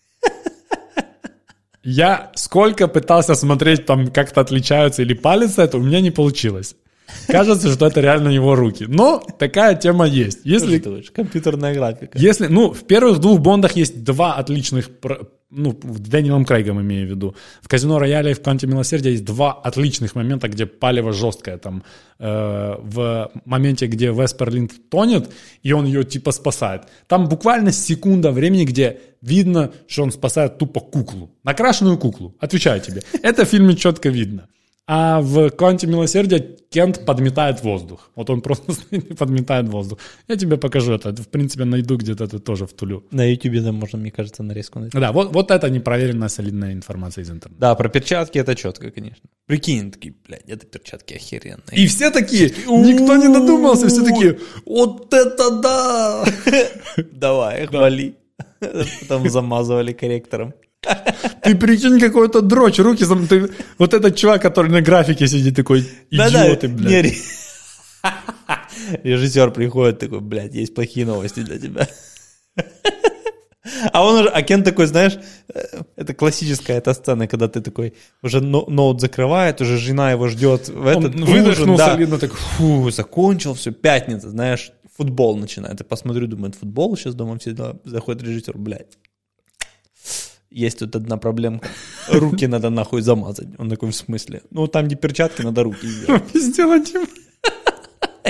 Я сколько пытался смотреть, там как-то отличаются или палец это, у меня не получилось. Кажется, что это реально его руки. Но такая тема есть. Если, компьютерная графика. если, ну, в первых двух Бондах есть два отличных, ну, в Дэниелом Крейгом имею в виду. В «Казино Рояле» и в «Кванте милосердия» есть два отличных момента, где палево жесткое. Там, в моменте, где Веспер Линд тонет, и он ее типа спасает. Там буквально секунда времени, где видно, что он спасает тупо куклу. Накрашенную куклу. Отвечаю тебе. Это в фильме четко видно. А в «Кванте милосердия» Кент подметает воздух. Вот он просто стоит и подметает воздух. Я тебе покажу это. В принципе, найду где-то это тоже втулю. На Ютубе там можно, мне кажется, нарезку найти. Да, вот это непроверенная солидная информация из интернета. Да, про перчатки это четко, конечно. Прикинь, такие, блядь, это перчатки охеренные. И все такие, никто не додумался, все такие, вот это да! Давай, хвали. Потом замазывали корректором. Ты прикинь, какой-то дрочь, руки вот этот чувак, который на графике сидит, такой, идиоты, блядь. Режиссер приходит такой, блядь, есть плохие новости для тебя. А Кен такой, знаешь, это классическая эта сцена, когда ты такой, уже ноут закрывает, уже жена его ждет в этот выдохнул солидно, такой, фу, закончил, все, пятница, знаешь, футбол начинает. Я посмотрю, думаю, футбол, сейчас дома все дела, заходит режиссер, блядь. Есть тут одна проблемка. Руки надо нахуй замазать. Он такой, в смысле? Ну, там, где перчатки, надо руки сделать. Сделать им.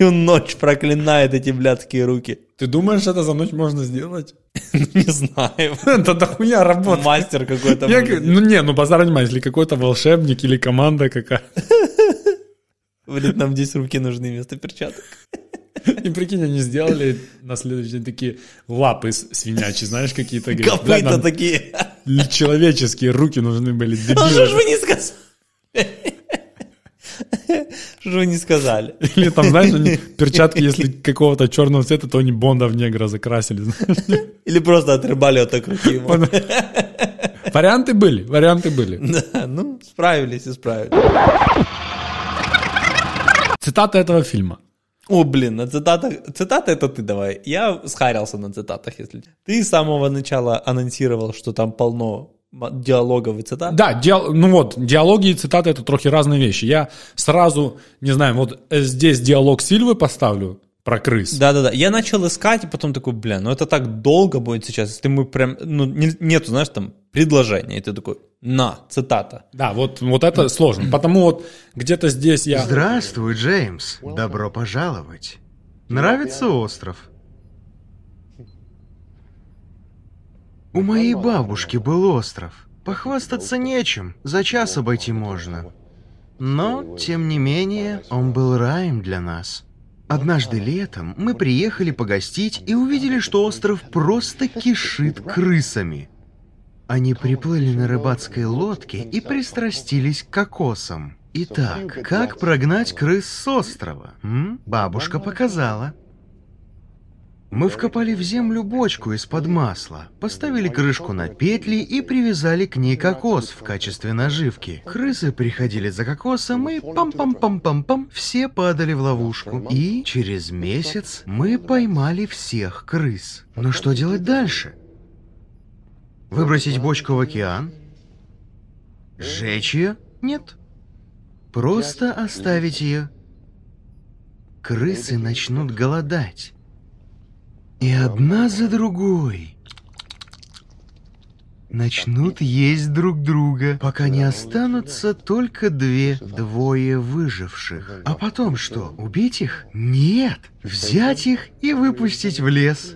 всю ночь проклинает эти блядские руки. Ты думаешь, это за ночь можно сделать? Не знаю. Это дохуя работа. Мастер какой-то. Базар не если какой-то волшебник или команда какая. Блин, нам здесь руки нужны вместо перчаток. И прикинь, они сделали на следующий день такие лапы свинячьи, знаешь, какие-то. Копыта такие. Человеческие руки нужны были. А что ж вы не сказали? Что же вы не сказали? Или там, знаешь, они перчатки, если какого-то черного цвета, то они Бонда в негра закрасили. Знаешь? Или просто отрыбали вот так руки ему. Варианты были. Да, ну, справились и справились. Цитата этого фильма. О, блин, на цитаты это ты давай. Я схарился на цитатах, если... Ты с самого начала анонсировал, что там полно диалогов и цитат. Да, диалоги и цитаты — это трохи разные вещи. Я сразу, не знаю, вот здесь диалог Сильвы поставлю про крыс. Да-да-да, я начал искать, и потом такой, ну это так долго будет сейчас, если мы прям, нету, знаешь, там, предложения, и ты такой, цитата. Да, вот это сложно, потому вот где-то здесь я... Здравствуй, Джеймс, добро пожаловать. Нравится остров? У моей бабушки был остров. Похвастаться нечем, за час обойти можно. Но, тем не менее, он был раем для нас. Однажды летом мы приехали погостить и увидели, что остров просто кишит крысами. Они приплыли на рыбацкой лодке и пристрастились к кокосам. Итак, как прогнать крыс с острова? Бабушка показала. Мы вкопали в землю бочку из-под масла, поставили крышку на петли и привязали к ней кокос в качестве наживки. Крысы приходили за кокосом и пам-пам-пам-пам-пам, все падали в ловушку. И через месяц мы поймали всех крыс. Но что делать дальше? Выбросить бочку в океан? Сжечь ее? Нет. Просто оставить ее. Крысы начнут голодать. И одна за другой начнут есть друг друга, пока не останутся только двое выживших. А потом что, убить их? Нет, взять их и выпустить в лес.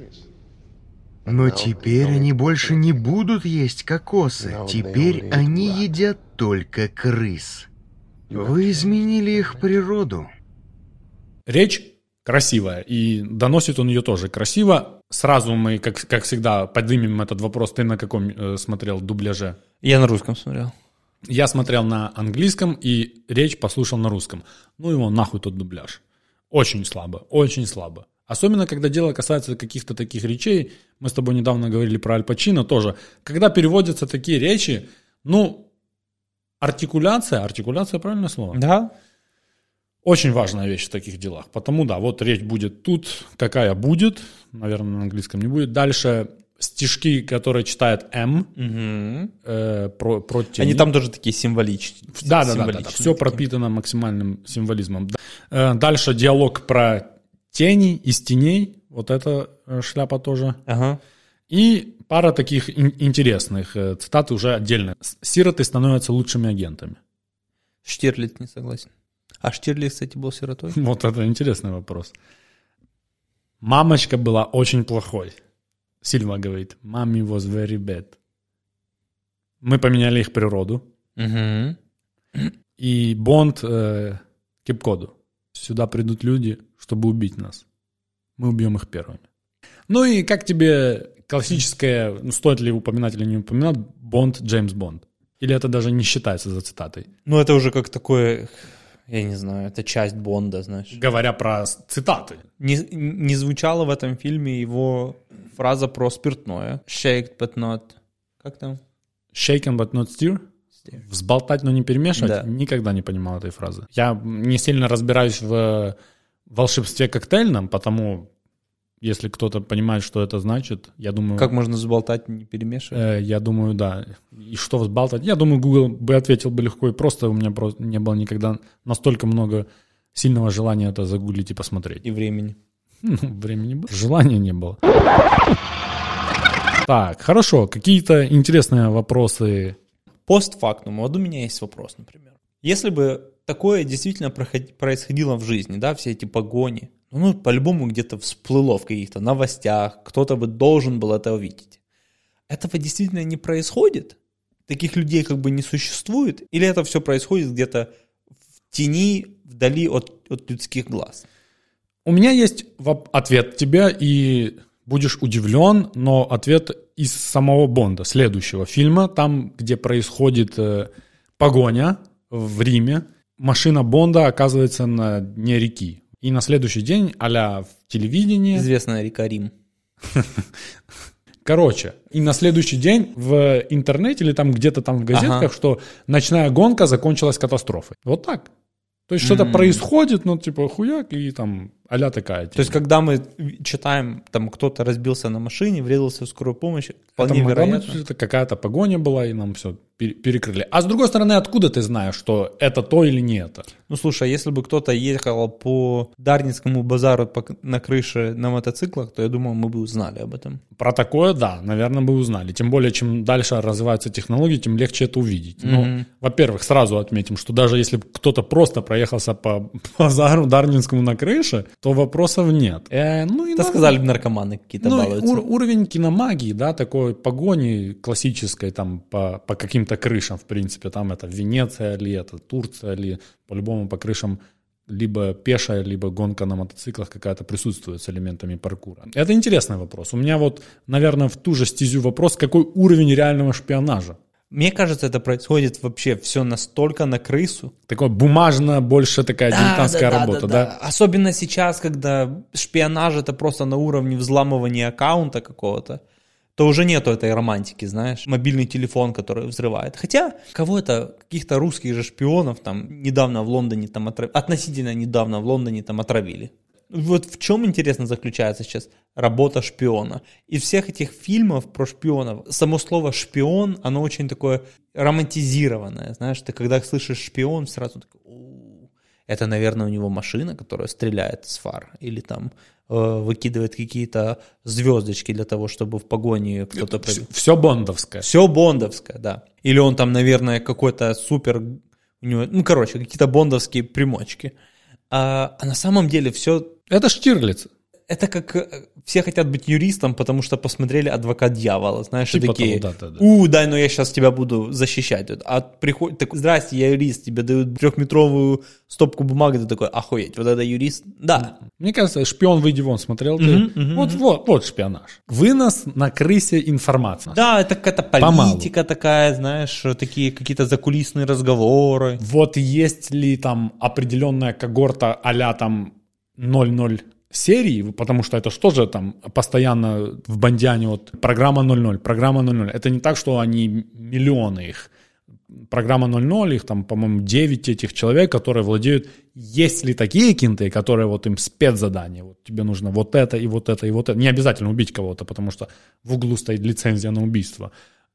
Но теперь они больше не будут есть кокосы. Теперь они едят только крыс. Вы изменили их природу. Речь красивая, и доносит он ее тоже красиво. Сразу мы, как всегда, поднимем этот вопрос. Ты на каком смотрел дубляже? Я на русском смотрел. Я смотрел на английском, и речь послушал на русском. Ну его нахуй тот дубляж. Очень слабо, очень слабо. Особенно, когда дело касается каких-то таких речей. Мы с тобой недавно говорили про Аль Пачино тоже. Когда переводятся такие речи, артикуляция, правильное слово? Да. Очень важная вещь в таких делах. Потому да, вот речь будет тут, какая будет. Наверное, на английском не будет. Дальше стишки, которые читает М. Про тени. Они там тоже такие символичные. Да. Все пропитано максимальным символизмом. Дальше диалог про тени из теней. Вот эта шляпа тоже. Ага. И пара таких интересных цитат уже отдельно. Сироты становятся лучшими агентами. Штирлиц не согласен. А Штирлиц, кстати, был сиротой? Вот это интересный вопрос. Мамочка была очень плохой. Сильва говорит, «Mommy was very bad». Мы поменяли их природу. Угу. И Бонд Кипкоду. Сюда придут люди, чтобы убить нас. Мы убьем их первыми. Ну и как тебе классическое, стоит ли упоминать или не упоминать, Бонд, Джеймс Бонд? Или это даже не считается за цитатой? Ну это уже как такое... Я не знаю, это часть Бонда, знаешь. Говоря про цитаты. Не звучала в этом фильме его фраза про спиртное. Shake but not... Как там? Shaken but not stir? Взболтать, но не перемешивать? Да. Никогда не понимал этой фразы. Я не сильно разбираюсь в волшебстве коктейльном, потому... Если кто-то понимает, что это значит, я думаю... Как можно взболтать, не перемешивать? Я думаю, да. И что взболтать? Я думаю, Google бы ответил бы легко и просто. У меня просто не было никогда настолько много сильного желания это загуглить и посмотреть. И времени. Времени было. Желания не было. Так, хорошо. Какие-то интересные вопросы? Постфактум. Вот у меня есть вопрос, например. Если бы такое действительно происходило в жизни, да, все эти погони Оно по-любому где-то всплыло в каких-то новостях, кто-то бы должен был это увидеть. Этого действительно не происходит? Таких людей как бы не существует? Или это все происходит где-то в тени, вдали от людских глаз? У меня есть ответ тебе, и будешь удивлен, но ответ из самого Бонда, следующего фильма, там, где происходит погоня в Риме, машина Бонда оказывается на дне реки. И на следующий день, а-ля в телевидении... Известная река Рим. Короче, и на следующий день в интернете или там где-то там в газетках, что ночная гонка закончилась катастрофой. Вот так. То есть что-то происходит, ну типа хуяк, и там а-ля такая тема. То есть когда мы читаем, там кто-то разбился на машине, врезался в скорую помощь, вполне вероятно. Это какая-то погоня была, и нам все перекрыли. А с другой стороны, откуда ты знаешь, что это то или не это? Ну слушай, если бы кто-то ехал по Дарницкому базару на крыше на мотоциклах, то я думаю, мы бы узнали об этом. Про такое, да, наверное, бы узнали. Тем более, чем дальше развиваются технологии, тем легче это увидеть. Ну, во-первых, сразу отметим, что даже если кто-то просто проехался по базару Дарницкому на крыше, то вопросов нет. Это сказали бы наркоманы какие-то балуются. Уровень киномагии, да, такой погони классической там по каким-то крышам, в принципе, там это Венеция ли, это Турция ли, по-любому по крышам либо пешая, либо гонка на мотоциклах какая-то присутствует с элементами паркура. Это интересный вопрос. У меня вот, наверное, в ту же стезю вопрос, какой уровень реального шпионажа? Мне кажется, это происходит вообще все настолько на крысу. Такое бумажно, больше такая дилетантская работа, да? Особенно сейчас, когда шпионаж это просто на уровне взламывания аккаунта какого-то, то уже нету этой романтики, знаешь. Мобильный телефон, который взрывает. Хотя каких-то русских же шпионов там недавно в Лондоне там относительно недавно в Лондоне там отравили. Вот в чем, интересно, заключается сейчас работа шпиона. Из всех этих фильмов про шпионов, само слово «шпион», оно очень такое романтизированное. Знаешь, ты когда слышишь «шпион», сразу такой, это, наверное, у него машина, которая стреляет с фар, или там выкидывает какие-то звездочки для того, чтобы в погоне кто-то... Все бондовское. Все бондовское, да. Или он там, наверное, какой-то супер... У него, какие-то бондовские примочки. А на самом деле все... Это Штирлиц. Это как все хотят быть юристом, потому что посмотрели «Адвокат дьявола», знаешь, типа и такие, того, да. дай, но я сейчас тебя буду защищать. А приходит, такой, здрасте, я юрист, тебе дают 3-метровую стопку бумаги, ты такой, охуеть, вот это юрист, да. Мне кажется, «Шпион, выйди вон» смотрел ты? Вот шпионаж. Вынос на крысе информации. Да, это какая-то политика такая, знаешь, такие какие-то закулисные разговоры. Вот есть ли там определенная когорта а-ля там 00 серий, потому что это что же там постоянно в Бондиане вот программа 00. Это не так, что они миллионы их. Программа 00, их там, по-моему, 9 этих человек, которые владеют. Есть ли такие кенты, которые вот им спецзадания? Вот тебе нужно вот это и вот это и вот это. Не обязательно убить кого-то, потому что в углу стоит лицензия на убийство.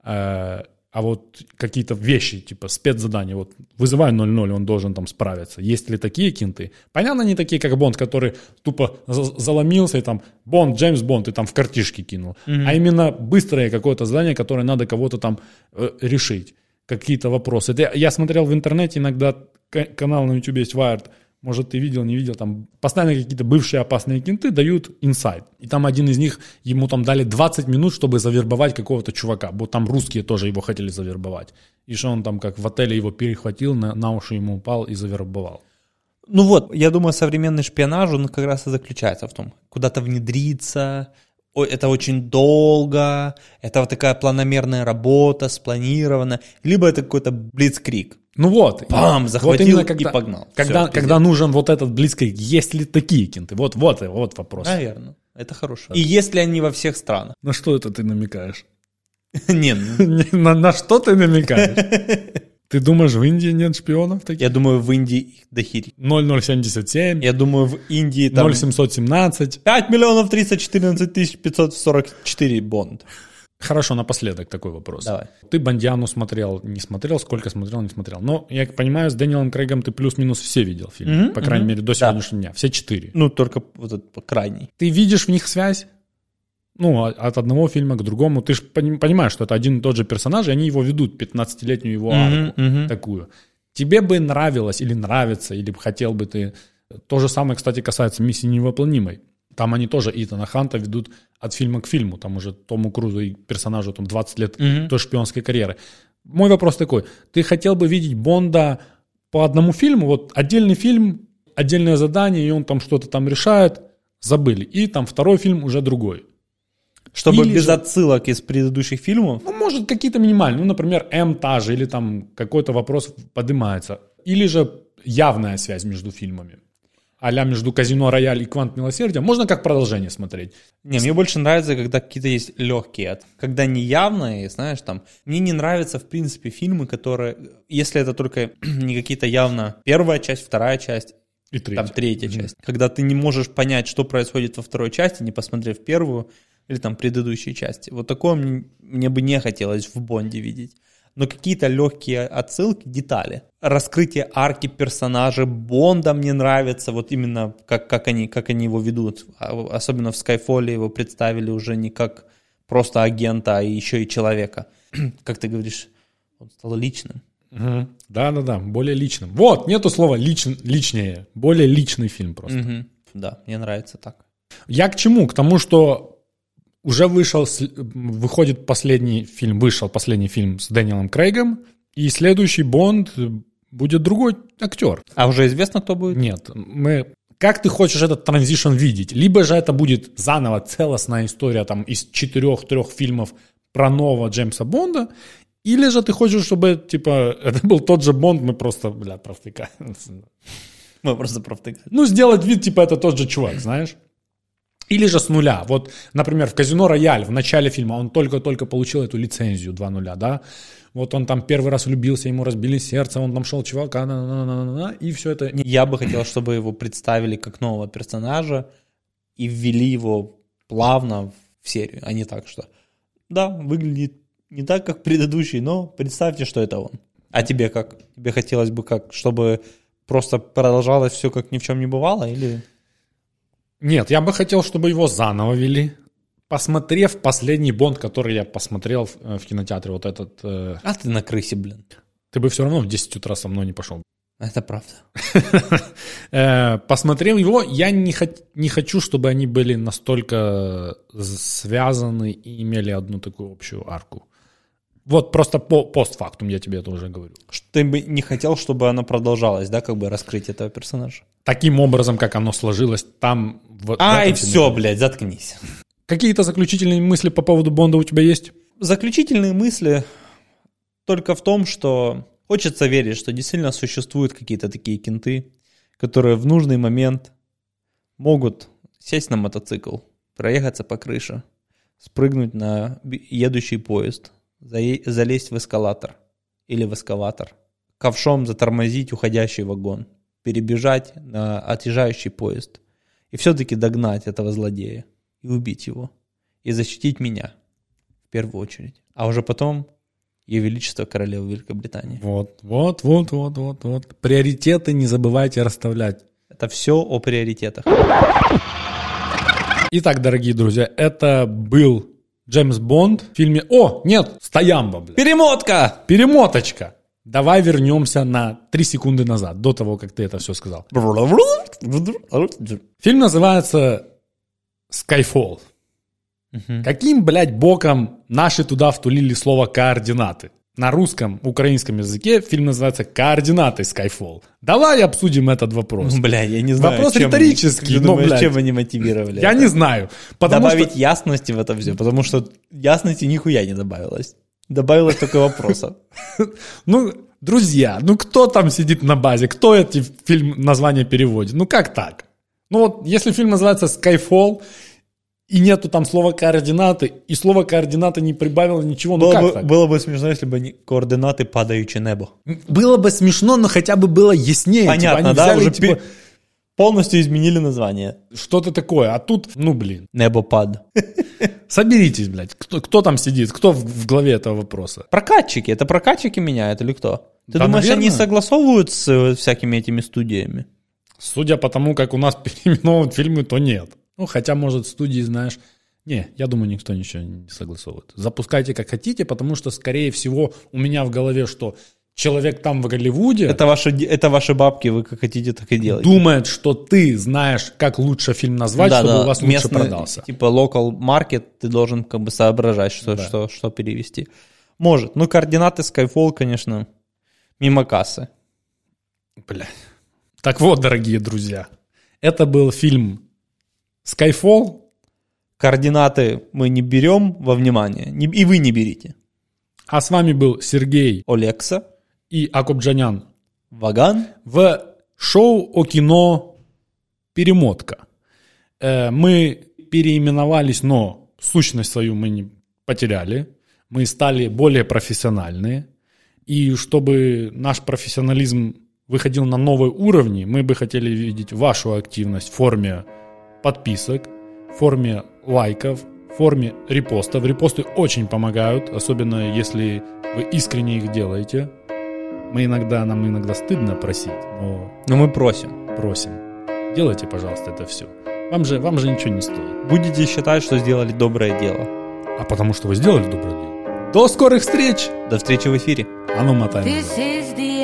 А вот какие-то вещи, типа спецзадания, вот вызывай 00, он должен там справиться. Есть ли такие кенты? Понятно, не такие, как Бонд, который тупо заломился и там Бонд, Джеймс Бонд, и там в картишки кинул. А именно быстрое какое-то задание, которое надо кого-то там решить. Какие-то вопросы. Это я смотрел в интернете, иногда канал на YouTube есть Wired, может, ты видел, не видел, там постоянно какие-то бывшие опасные кенты дают инсайд. И там один из них, ему там дали 20 минут, чтобы завербовать какого-то чувака. Вот там русские тоже его хотели завербовать. И что он там как в отеле его перехватил, на уши ему упал и завербовал. Ну вот, я думаю, современный шпионаж, он как раз и заключается в том, куда-то внедриться, это очень долго, это вот такая планомерная работа, спланированная, либо это какой-то блицкриг. Ну вот. Бам, захватил вот и погнал. Когда нужен вот этот блицкриг, есть ли такие кенты? Вот вопрос. Наверное, это хорошо. И есть ли они во всех странах? На что это ты намекаешь? Нет. На что ты намекаешь? Ты думаешь, в Индии нет шпионов таких? Я думаю, в Индии их дохерить. 0077. Я думаю, в Индии там... 0717. 5 миллионов 314 тысяч 544 Бонд. Хорошо, напоследок такой вопрос. Давай. Ты Бондиану смотрел, не смотрел, сколько смотрел, не смотрел. Но, я понимаю, с Дэниелом Крейгом ты плюс-минус все видел фильмы. По крайней мере, до сегодняшнего дня. Все 4. Ну, только вот этот крайний. Ты видишь в них связь? Ну, от одного фильма к другому. Ты же понимаешь, что это один и тот же персонаж, и они его ведут, 15-летнюю его арку такую. Тебе бы нравилось или нравится, или хотел бы ты То же самое, кстати, касается «Миссии невыполнимой». Там они тоже Итана Ханта ведут от фильма к фильму. Там уже Тому Крузу и персонажу там 20 лет той шпионской карьеры. Мой вопрос такой. Ты хотел бы видеть Бонда по одному фильму? Вот отдельный фильм, отдельное задание, и он там что-то там решает, забыли. И там второй фильм уже другой. Чтобы Или без же- отсылок из предыдущих фильмов. Ну, может, какие-то минимальные. Ну, например, М та же, или там какой-то вопрос поднимается. Или же явная связь между фильмами. А-ля между «Казино Рояль» и «Квант милосердия». Можно как продолжение смотреть. Не, мне больше нравится, когда какие-то есть легкие. Когда неявные, знаешь, там. Мне не нравятся, в принципе, фильмы, которые, если это только не какие-то явно первая часть, вторая часть, И третья. там третья часть. Когда ты не можешь понять, что происходит во второй части, не посмотрев первую или там предыдущие части. Вот такое мне бы не хотелось в Бонде видеть. Но какие-то легкие отсылки, детали. Раскрытие арки персонажа Бонда мне нравится, вот именно как они его ведут. Особенно в Skyfall его представили уже не как просто агента, а еще и человека. Как ты говоришь, он стал личным. Мгм. Да-да-да, более личным. Вот, нету слова личнее. Более личный фильм просто. Мгм. Да, мне нравится так. Я к чему? К тому, что уже выходит вышел последний фильм с Дэниелом Крейгом, и следующий Бонд будет другой актер. А уже известно, кто будет? Нет, как ты хочешь этот транзишн видеть? Либо же это будет заново целостная история там из 4-3 фильмов про нового Джеймса Бонда, или же ты хочешь, чтобы типа это был тот же Бонд, мы просто, провтыкаем. Мы просто провтыкали. Ну, сделать вид, типа, это тот же чувак, знаешь? Или же с нуля. Вот, например, в «Казино Рояль» в начале фильма он только-только получил эту лицензию 2.0, да? Вот он там первый раз влюбился, ему разбили сердце, он там шел чувака, и все это... Я бы хотел, чтобы его представили как нового персонажа и ввели его плавно в серию, а не так, что да, выглядит не так, как предыдущий, но представьте, что это он. А тебе как? Тебе хотелось бы как? Чтобы просто продолжалось все, как ни в чем не бывало? Или... Нет, я бы хотел, чтобы его заново вели. Посмотрев последний Бонд, который я посмотрел в кинотеатре, вот этот... А ты на крысе, блин. Ты бы все равно в 10 утра со мной не пошел. Это правда. Посмотрев его, я не хочу, чтобы они были настолько связаны и имели одну такую общую арку. Вот просто постфактум я тебе это уже говорю. Ты бы не хотел, чтобы оно продолжалось, да, как бы раскрыть этого персонажа? Таким образом, как оно сложилось там... в Ай, этом все, фильме. блядь, заткнись. Какие-то заключительные мысли по поводу Бонда у тебя есть? Заключительные мысли только в том, что хочется верить, что действительно существуют какие-то такие кенты, которые в нужный момент могут сесть на мотоцикл, проехаться по крыше, спрыгнуть на едущий поезд, залезть в эскалатор или в эскаватор, ковшом затормозить уходящий вагон, перебежать на отъезжающий поезд и все-таки догнать этого злодея и убить его, и защитить меня в первую очередь, а уже потом Ее Величество Королева Великобритании. Вот. Приоритеты не забывайте расставлять. Это все о приоритетах. Итак, дорогие друзья, это был Джеймс Бонд в фильме... О, нет, Стоямба, блядь. Перемотка! Перемоточка. Давай вернемся на 3 секунды назад, до того, как ты это все сказал. Фильм называется Skyfall. Каким, блядь, боком наши туда втулили слово «координаты»? На русском, украинском языке фильм называется «Координаты Skyfall». Давай обсудим этот вопрос. Бля, я не знаю. Вопрос чем риторический, они, но, думаешь, блядь, чем они мотивировали я это? не знаю. Потому Добавить что... ясности в это все, потому что ясности нихуя не добавилось. Добавилось только вопросов. Ну, друзья, ну кто там сидит на базе? Кто эти названия переводит? Ну как так? Ну вот, если фильм называется Skyfall, и нету там слова координаты, и слово координаты не прибавило ничего, ну как так? Было бы смешно, если бы они координаты падающее небо. Было бы смешно, но хотя бы было яснее. Понятно, типа, они да? взяли, Уже типа, полностью изменили название. что-то такое, а тут, ну блин. Небопад. Соберитесь, блядь, кто там сидит, кто в голове этого вопроса? Прокатчики. Это прокатчики меняют или кто? Ты Да, думаешь, наверное. они согласовывают с всякими этими студиями? Судя по тому, как у нас переименовывают фильмы, то нет. Ну, хотя, может, студии, знаешь... Не, я думаю, никто ничего не согласовывает. Запускайте как хотите, потому что, скорее всего, у меня в голове, что человек там в Голливуде Это ваши бабки, вы как хотите, так и делаете. думает, что ты знаешь, как лучше фильм назвать, чтобы у вас лучше продался. Типа local market, ты должен как бы соображать, что перевести. Может. Ну, координаты Skyfall, конечно, мимо кассы. Бля. Так вот, дорогие друзья, это был фильм Skyfall. Координаты мы не берем во внимание, и вы не берите. А с вами был Сергей Олекса и Акопджанян Ваган в шоу о кино «Перемотка». Мы переименовались, но сущность свою мы не потеряли. Мы стали более профессиональные. И чтобы наш профессионализм выходил на новые уровни, мы бы хотели видеть вашу активность в форме подписок, в форме лайков, в форме репостов. Репосты очень помогают, особенно если вы искренне их делаете. Нам иногда стыдно просить, но мы просим. Делайте, пожалуйста, это все. Вам же ничего не стоит. Будете считать, что сделали доброе дело. А потому что вы сделали доброе дело. До скорых встреч! До встречи в эфире. А ну, мотаем. This is the